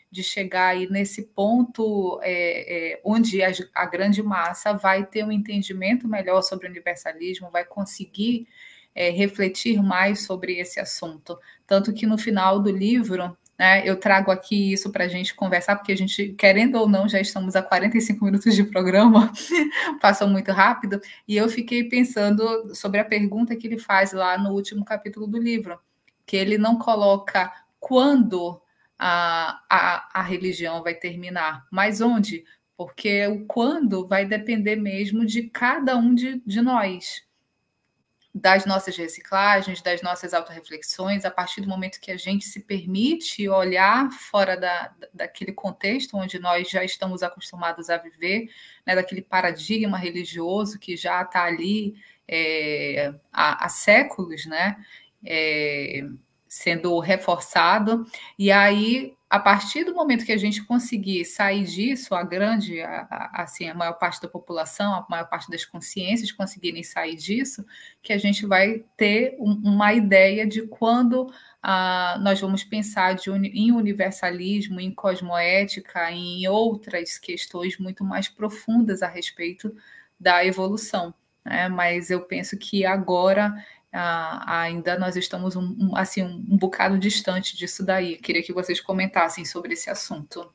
de chegar aí nesse ponto onde a grande massa vai ter um entendimento melhor sobre o universalismo, vai conseguir refletir mais sobre esse assunto. Tanto que no final do livro, né, eu trago aqui isso para a gente conversar, porque a gente, querendo ou não, já estamos a 45 minutos de programa, passou muito rápido, e eu fiquei pensando sobre a pergunta que ele faz lá no último capítulo do livro, que ele não coloca quando a religião vai terminar, mas onde? Porque o quando vai depender mesmo de cada um de nós, das nossas reciclagens, das nossas autorreflexões, a partir do momento que a gente se permite olhar fora daquele contexto onde nós já estamos acostumados a viver, né, daquele paradigma religioso que já está ali há séculos, né, sendo reforçado, e aí, a partir do momento que a gente conseguir sair disso, a maior parte da população, a maior parte das consciências conseguirem sair disso, que a gente vai ter uma ideia de quando nós vamos pensar em universalismo, em cosmoética, em outras questões muito mais profundas a respeito da evolução, né? Mas eu penso que agora ainda nós estamos um bocado distante disso daí. Queria que vocês comentassem sobre esse assunto.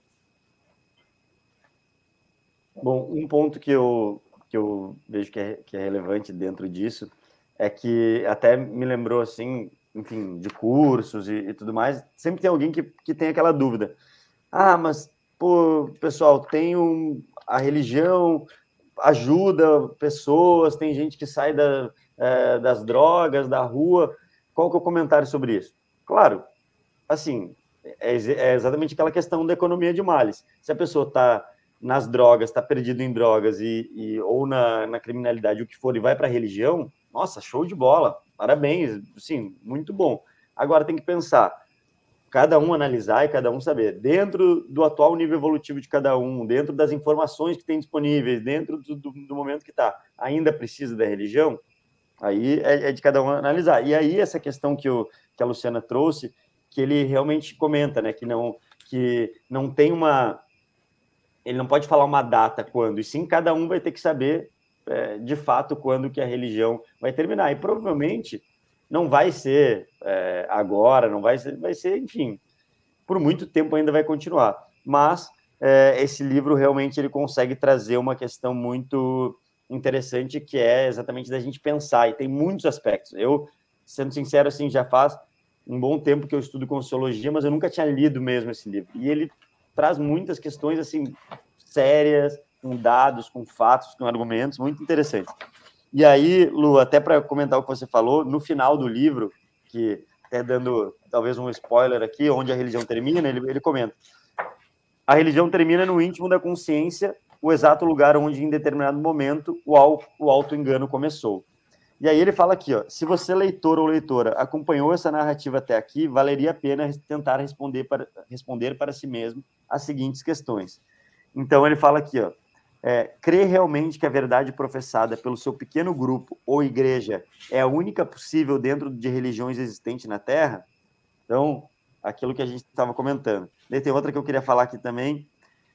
Bom, um ponto que eu vejo que é relevante dentro disso é que até me lembrou, assim, enfim, de cursos e tudo mais, sempre tem alguém que tem aquela dúvida. Mas, pô, pessoal, a religião ajuda pessoas, tem gente que sai das drogas, da rua. Qual que é o comentário sobre isso? Claro, assim, é exatamente aquela questão da economia de males. Se a pessoa está nas drogas, está perdido em drogas ou na criminalidade, o que for, e vai para a religião, nossa, show de bola, parabéns, sim, muito bom. Agora tem que pensar, cada um analisar e cada um saber, dentro do atual nível evolutivo de cada um, dentro das informações que tem disponíveis, dentro do momento que está, ainda precisa da religião, aí é de cada um analisar. E aí essa questão que a Luciana trouxe, que ele realmente comenta, né, que não tem ele não pode falar uma data quando, e sim cada um vai ter que saber de fato quando que a religião vai terminar. E provavelmente não vai ser agora, não vai ser, enfim, por muito tempo ainda vai continuar. Mas esse livro realmente ele consegue trazer uma questão muito interessante, que é exatamente da gente pensar, e tem muitos aspectos. Eu, sendo sincero, assim, já faz um bom tempo que eu estudo Conscienciologia, mas eu nunca tinha lido mesmo esse livro. E ele traz muitas questões, assim, sérias, com dados, com fatos, com argumentos, muito interessantes. E aí, Lu, até para comentar o que você falou, no final do livro, que até dando talvez um spoiler aqui, onde a religião termina, ele comenta: a religião termina no íntimo da consciência, o exato lugar onde, em determinado momento, o auto-engano começou. E aí ele fala aqui, ó, se você, leitor ou leitora, acompanhou essa narrativa até aqui, valeria a pena tentar responder para si mesmo as seguintes questões. Então ele fala aqui, ó, crê realmente que a verdade professada pelo seu pequeno grupo ou igreja é a única possível dentro de religiões existentes na Terra? Então, aquilo que a gente estava comentando. Daí tem outra que eu queria falar aqui também.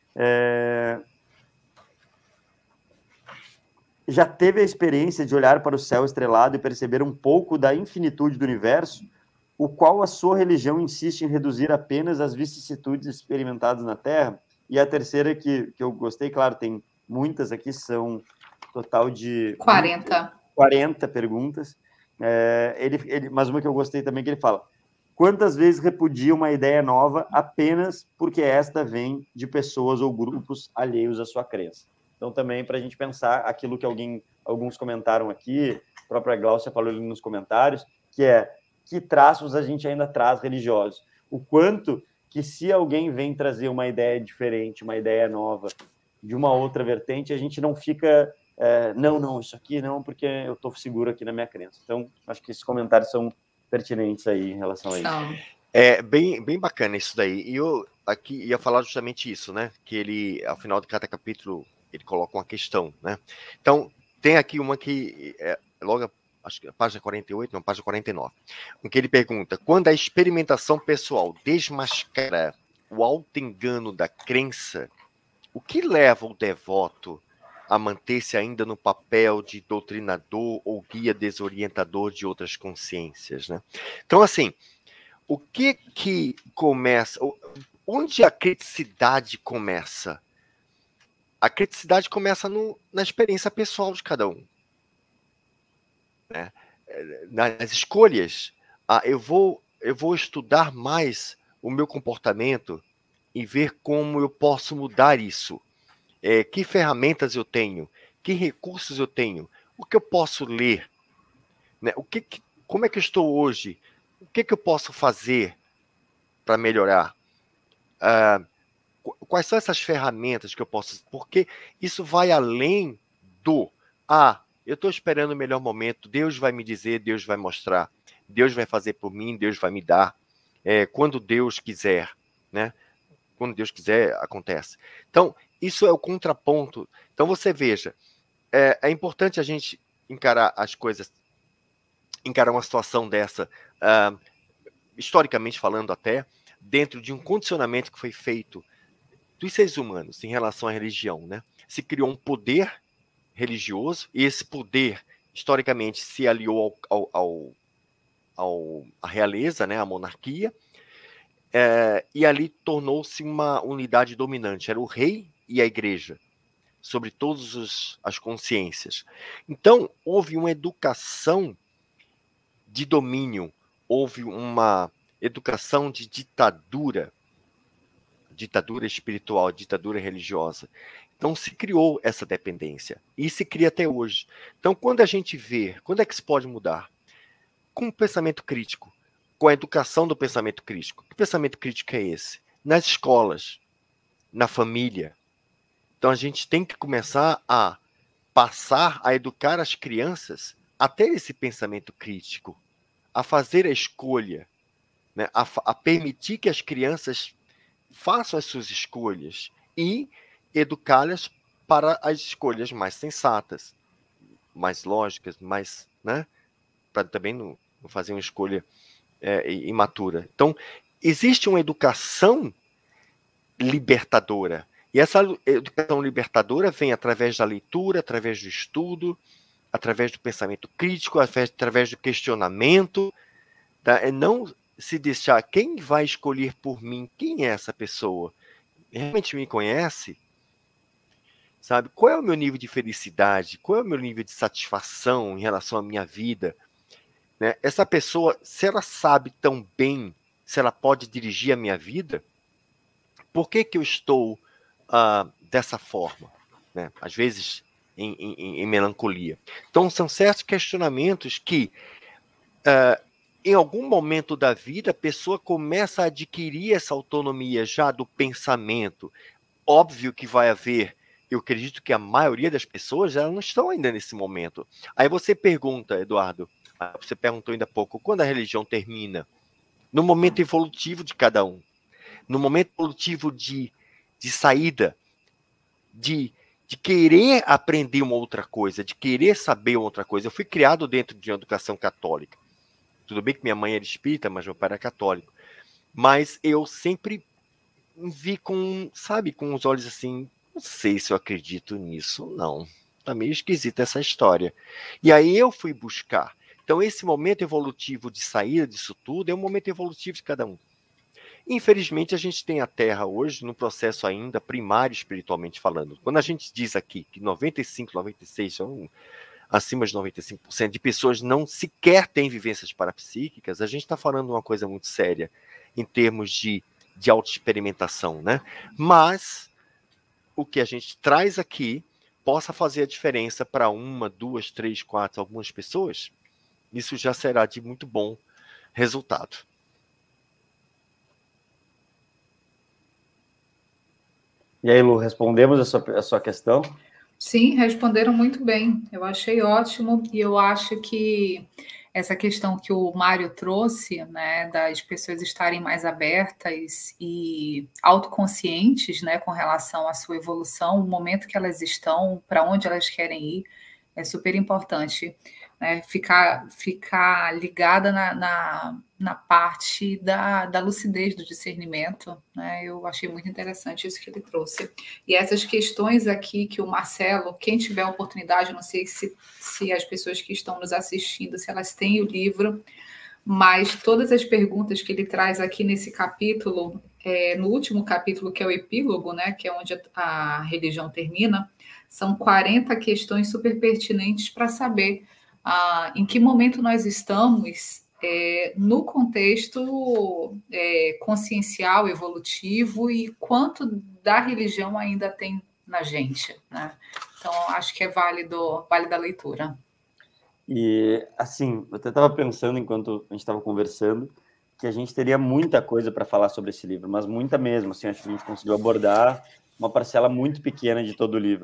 Já teve a experiência de olhar para o céu estrelado e perceber um pouco da infinitude do universo, o qual a sua religião insiste em reduzir apenas às vicissitudes experimentadas na Terra? E a terceira que eu gostei, claro, tem muitas aqui, são total de 40 perguntas, mas uma que eu gostei também, que ele fala: quantas vezes repudia uma ideia nova apenas porque esta vem de pessoas ou grupos alheios à sua crença? Então, também para a gente pensar aquilo que alguns comentaram aqui, a própria Glaucia falou ali nos comentários, que traços a gente ainda traz religiosos. O quanto que, se alguém vem trazer uma ideia diferente, uma ideia nova, de uma outra vertente, a gente não fica, não, isso aqui não, porque eu estou seguro aqui na minha crença. Então, acho que esses comentários são pertinentes aí em relação a isso. É bem bacana isso daí. E eu aqui ia falar justamente isso, né? Que ele, ao final de cada capítulo, ele coloca uma questão, né? Então, tem aqui uma que logo, acho que a página 48, página 49, em que ele pergunta: quando a experimentação pessoal desmascara o auto-engano da crença, o que leva o devoto a manter-se ainda no papel de doutrinador ou guia desorientador de outras consciências, né? Então, assim, o que começa? Onde a criticidade começa? A criticidade começa na experiência pessoal de cada um, né? Nas escolhas. Eu vou estudar mais o meu comportamento e ver como eu posso mudar isso. Que ferramentas eu tenho? Que recursos eu tenho? O que eu posso ler? Né? Como é que eu estou hoje? O que eu posso fazer para melhorar? Quais são essas ferramentas que eu posso... Porque isso vai além do... eu estou esperando o melhor momento, Deus vai me dizer, Deus vai mostrar, Deus vai fazer por mim, Deus vai me dar. Quando Deus quiser, né? Quando Deus quiser, acontece. Então, isso é o contraponto. Então, você veja, é importante a gente encarar as coisas, encarar uma situação dessa, historicamente falando até, dentro de um condicionamento que foi feito dos seres humanos em relação à religião, né? Se criou um poder religioso, e esse poder, historicamente, se aliou à realeza, né? À monarquia, e ali tornou-se uma unidade dominante. Era o rei e a igreja, sobre todas as consciências. Então, houve uma educação de domínio, houve uma educação de ditadura espiritual, ditadura religiosa. Então, se criou essa dependência, e se cria até hoje. Então, quando a gente vê, quando é que se pode mudar? Com o pensamento crítico, com a educação do pensamento crítico. Que pensamento crítico é esse? Nas escolas, na família. Então, a gente tem que começar a passar a educar as crianças a ter esse pensamento crítico, a fazer a escolha, né? a permitir que as crianças façam as suas escolhas e educá-las para as escolhas mais sensatas, mais lógicas, mais, né? Para também não fazer uma escolha imatura. Então, existe uma educação libertadora. E essa educação libertadora vem através da leitura, através do estudo, através do pensamento crítico, através do questionamento. Tá? Não se deixar, quem vai escolher por mim? Quem é essa pessoa? Realmente me conhece? Sabe? Qual é o meu nível de felicidade? Qual é o meu nível de satisfação em relação à minha vida? Né? Essa pessoa, se ela sabe tão bem, se ela pode dirigir a minha vida, por que eu estou dessa forma? Né? Às vezes, em melancolia. Então, são certos questionamentos que, em algum momento da vida, a pessoa começa a adquirir essa autonomia já do pensamento. Óbvio que vai haver, eu acredito que a maioria das pessoas já não estão ainda nesse momento. Aí você pergunta, Eduardo, você perguntou ainda há pouco, quando a religião termina? No momento evolutivo de cada um. No momento evolutivo de saída, de querer aprender uma outra coisa, de querer saber uma outra coisa. Eu fui criado dentro de uma educação católica. Tudo bem que minha mãe era espírita, mas meu pai era católico. Mas eu sempre vi com os olhos assim, não sei se eu acredito nisso, não. Tá meio esquisita essa história. E aí eu fui buscar. Então, esse momento evolutivo de saída disso tudo é um momento evolutivo de cada um. Infelizmente, a gente tem a Terra hoje num processo ainda primário espiritualmente falando. Quando a gente diz aqui que 95, 96, acima de 95% de pessoas não sequer têm vivências parapsíquicas, a gente está falando uma coisa muito séria em termos de autoexperimentação, né? Mas o que a gente traz aqui possa fazer a diferença para 1, 2, 3, 4, algumas pessoas, isso já será de muito bom resultado. E aí, Lu, respondemos a sua questão? Sim, responderam muito bem. Eu achei ótimo e eu acho que essa questão que o Mário trouxe, né, das pessoas estarem mais abertas e autoconscientes, né, com relação à sua evolução, o momento que elas estão, para onde elas querem ir, é super importante. né, ficar ligada na parte da lucidez, do discernimento, né? Eu achei muito interessante isso que ele trouxe. E essas questões aqui que o Marcelo, quem tiver a oportunidade, não sei se as pessoas que estão nos assistindo, se elas têm o livro, mas todas as perguntas que ele traz aqui nesse capítulo, no último capítulo, que é o epílogo, né, que é onde a religião termina, são 40 questões super pertinentes para saber em que momento nós estamos no contexto consciencial, evolutivo, e quanto da religião ainda tem na gente, né? Então, acho que é válida a leitura. E, assim, eu até estava pensando, enquanto a gente estava conversando, que a gente teria muita coisa para falar sobre esse livro, mas muita mesmo, assim, acho que a gente conseguiu abordar uma parcela muito pequena de todo o livro.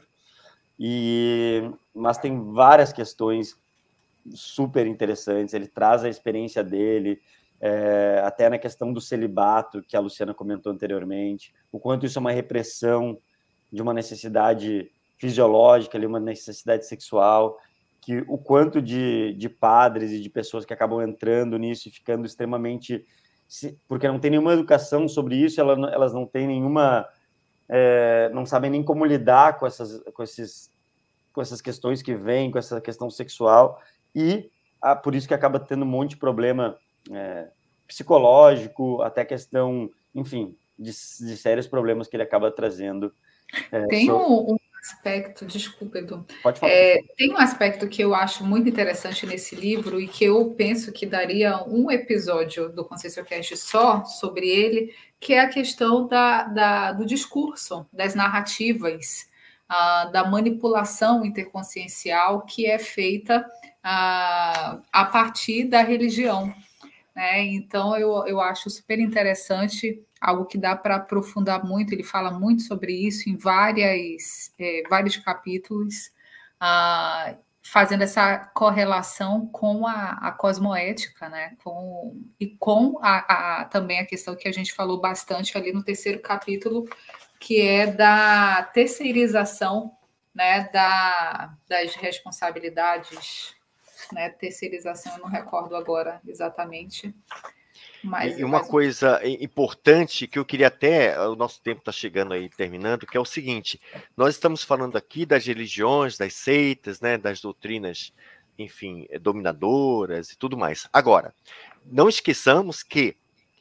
Mas tem várias questões super interessantes, ele traz a experiência dele, até na questão do celibato, que a Luciana comentou anteriormente, o quanto isso é uma repressão de uma necessidade fisiológica, uma necessidade sexual, que o quanto de padres e de pessoas que acabam entrando nisso e ficando extremamente... Porque não tem nenhuma educação sobre isso, elas não têm nenhuma... não sabem nem como lidar com essas questões que vêm, com essa questão sexual, e por isso que acaba tendo um monte de problema psicológico, até questão, enfim, de sérios problemas que ele acaba trazendo. Tem um aspecto, desculpa, Edu. Pode falar. Tem um aspecto que eu acho muito interessante nesse livro e que eu penso que daria um episódio do ConsciencioCast só sobre ele, que é a questão do discurso, das narrativas, da manipulação interconsciencial que é feita a partir da religião. Então, eu acho super interessante, algo que dá para aprofundar muito. Ele fala muito sobre isso em vários capítulos, fazendo essa correlação com a cosmoética, né? E com também a questão que a gente falou bastante ali no terceiro capítulo, que é da terceirização, né, das responsabilidades, né, terceirização, eu não recordo agora exatamente. E uma coisa importante que eu queria até, o nosso tempo está chegando aí, terminando, que é o seguinte: nós estamos falando aqui das religiões, das seitas, né, das doutrinas, enfim, dominadoras e tudo mais. Agora, não esqueçamos que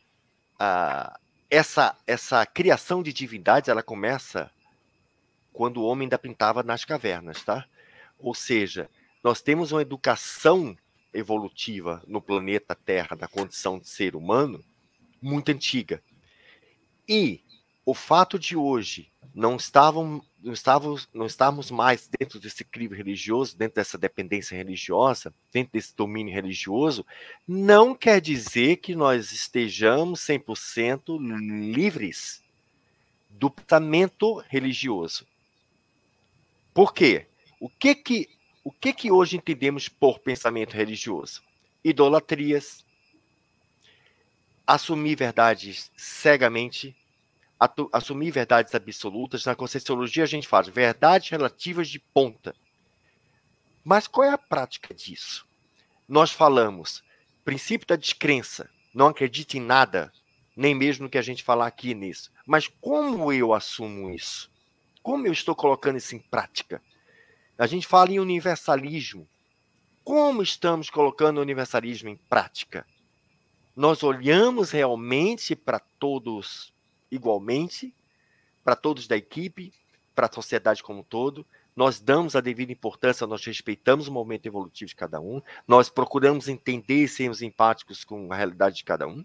essa criação de divindades, ela começa quando o homem ainda pintava nas cavernas, tá? Ou seja, nós temos uma educação evolutiva no planeta Terra, da condição de ser humano, muito antiga. E o fato de hoje não estarmos mais dentro desse crivo religioso, dentro dessa dependência religiosa, dentro desse domínio religioso, não quer dizer que nós estejamos 100% livres do pensamento religioso. Por quê? O que hoje entendemos por pensamento religioso? Idolatrias, assumir verdades cegamente, assumir verdades absolutas. Na Conscienciologia a gente fala de verdades relativas de ponta. Mas qual é a prática disso? Nós falamos princípio da descrença, não acredite em nada, nem mesmo no que a gente falar aqui nisso. Mas como eu assumo isso? Como eu estou colocando isso em prática? A gente fala em universalismo. Como estamos colocando o universalismo em prática? Nós olhamos realmente para todos igualmente, para todos da equipe, para a sociedade como um todo. Nós damos a devida importância, nós respeitamos o momento evolutivo de cada um, nós procuramos entender e sermos empáticos com a realidade de cada um.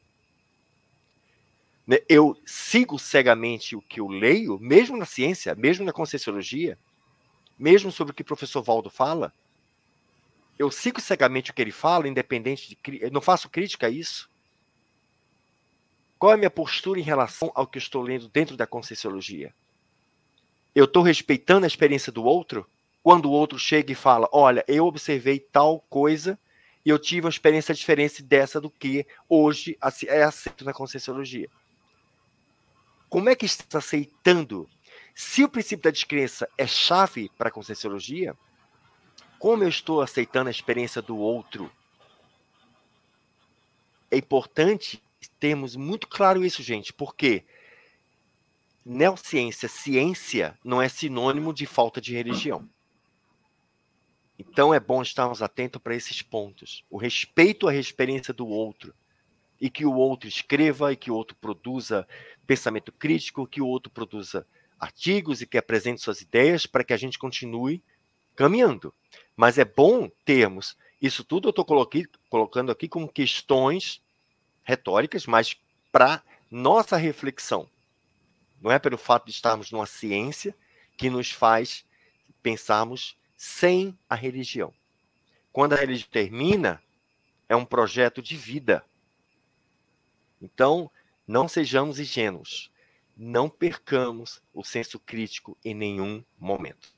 Eu sigo cegamente o que eu leio, mesmo na ciência, mesmo na Conscienciologia, mesmo sobre o que o professor Valdo fala. Eu sigo cegamente o que ele fala, independente de... Eu não faço crítica a isso. Qual é a minha postura em relação ao que eu estou lendo dentro da Conscienciologia? Eu estou respeitando a experiência do outro? Quando o outro chega e fala, olha, eu observei tal coisa e eu tive uma experiência diferente dessa do que hoje é aceito na Conscienciologia. Como é que está aceitando? Se o princípio da descrença é chave para a Conscienciologia, Como eu estou aceitando a experiência do outro? É importante termos muito claro isso, gente, porque neociência, ciência, não é sinônimo de falta de religião. Então é bom estarmos atentos para esses pontos. O respeito à experiência do outro. E que o outro escreva, e que o outro produza pensamento crítico, que o outro produza artigos e que apresente suas ideias para que a gente continue caminhando. Mas é bom termos isso tudo, eu estou colocando aqui como questões retóricas, mas para nossa reflexão. Não é pelo fato de estarmos numa ciência que nos faz pensarmos sem a religião. Quando a religião termina, é um projeto de vida. Então, não sejamos ingênuos. Não percamos o senso crítico em nenhum momento.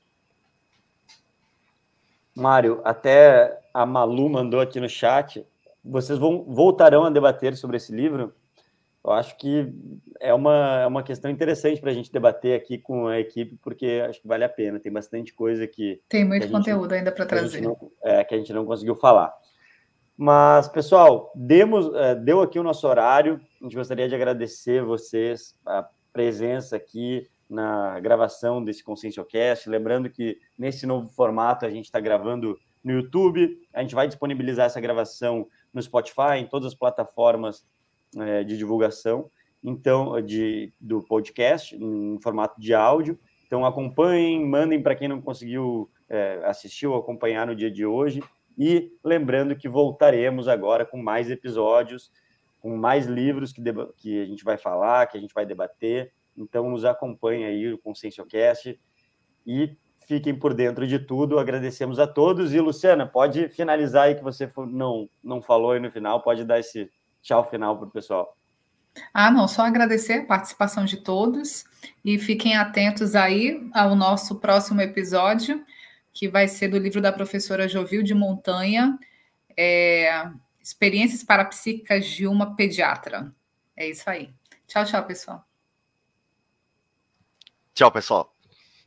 Mário, até a Malu mandou aqui no chat. Vocês voltarão a debater sobre esse livro? Eu acho que é uma questão interessante para a gente debater aqui com a equipe, porque acho que vale a pena. Tem bastante coisa que... Tem muito conteúdo ainda para trazer. Que a gente não conseguiu falar. Mas, pessoal, deu aqui o nosso horário. A gente gostaria de agradecer vocês, a presença aqui na gravação desse Conscienciocast. Lembrando que, nesse novo formato, a gente está gravando no YouTube. A gente vai disponibilizar essa gravação no Spotify, em todas as plataformas de divulgação do podcast, em formato de áudio. Então, acompanhem, mandem para quem não conseguiu assistir ou acompanhar no dia de hoje. E lembrando que voltaremos agora com mais episódios, com mais livros que a gente vai falar, que a gente vai debater. Então, nos acompanhem aí o Conscienciocast e fiquem por dentro de tudo. Agradecemos a todos. E, Luciana, pode finalizar aí que você não falou aí no final, pode dar esse tchau final para o pessoal. Não, só agradecer a participação de todos e fiquem atentos aí ao nosso próximo episódio, que vai ser do livro da professora Jovilde Montanha, Experiências Parapsíquicas de uma Pediatra. É isso aí. Tchau, tchau, pessoal. Tchau, pessoal.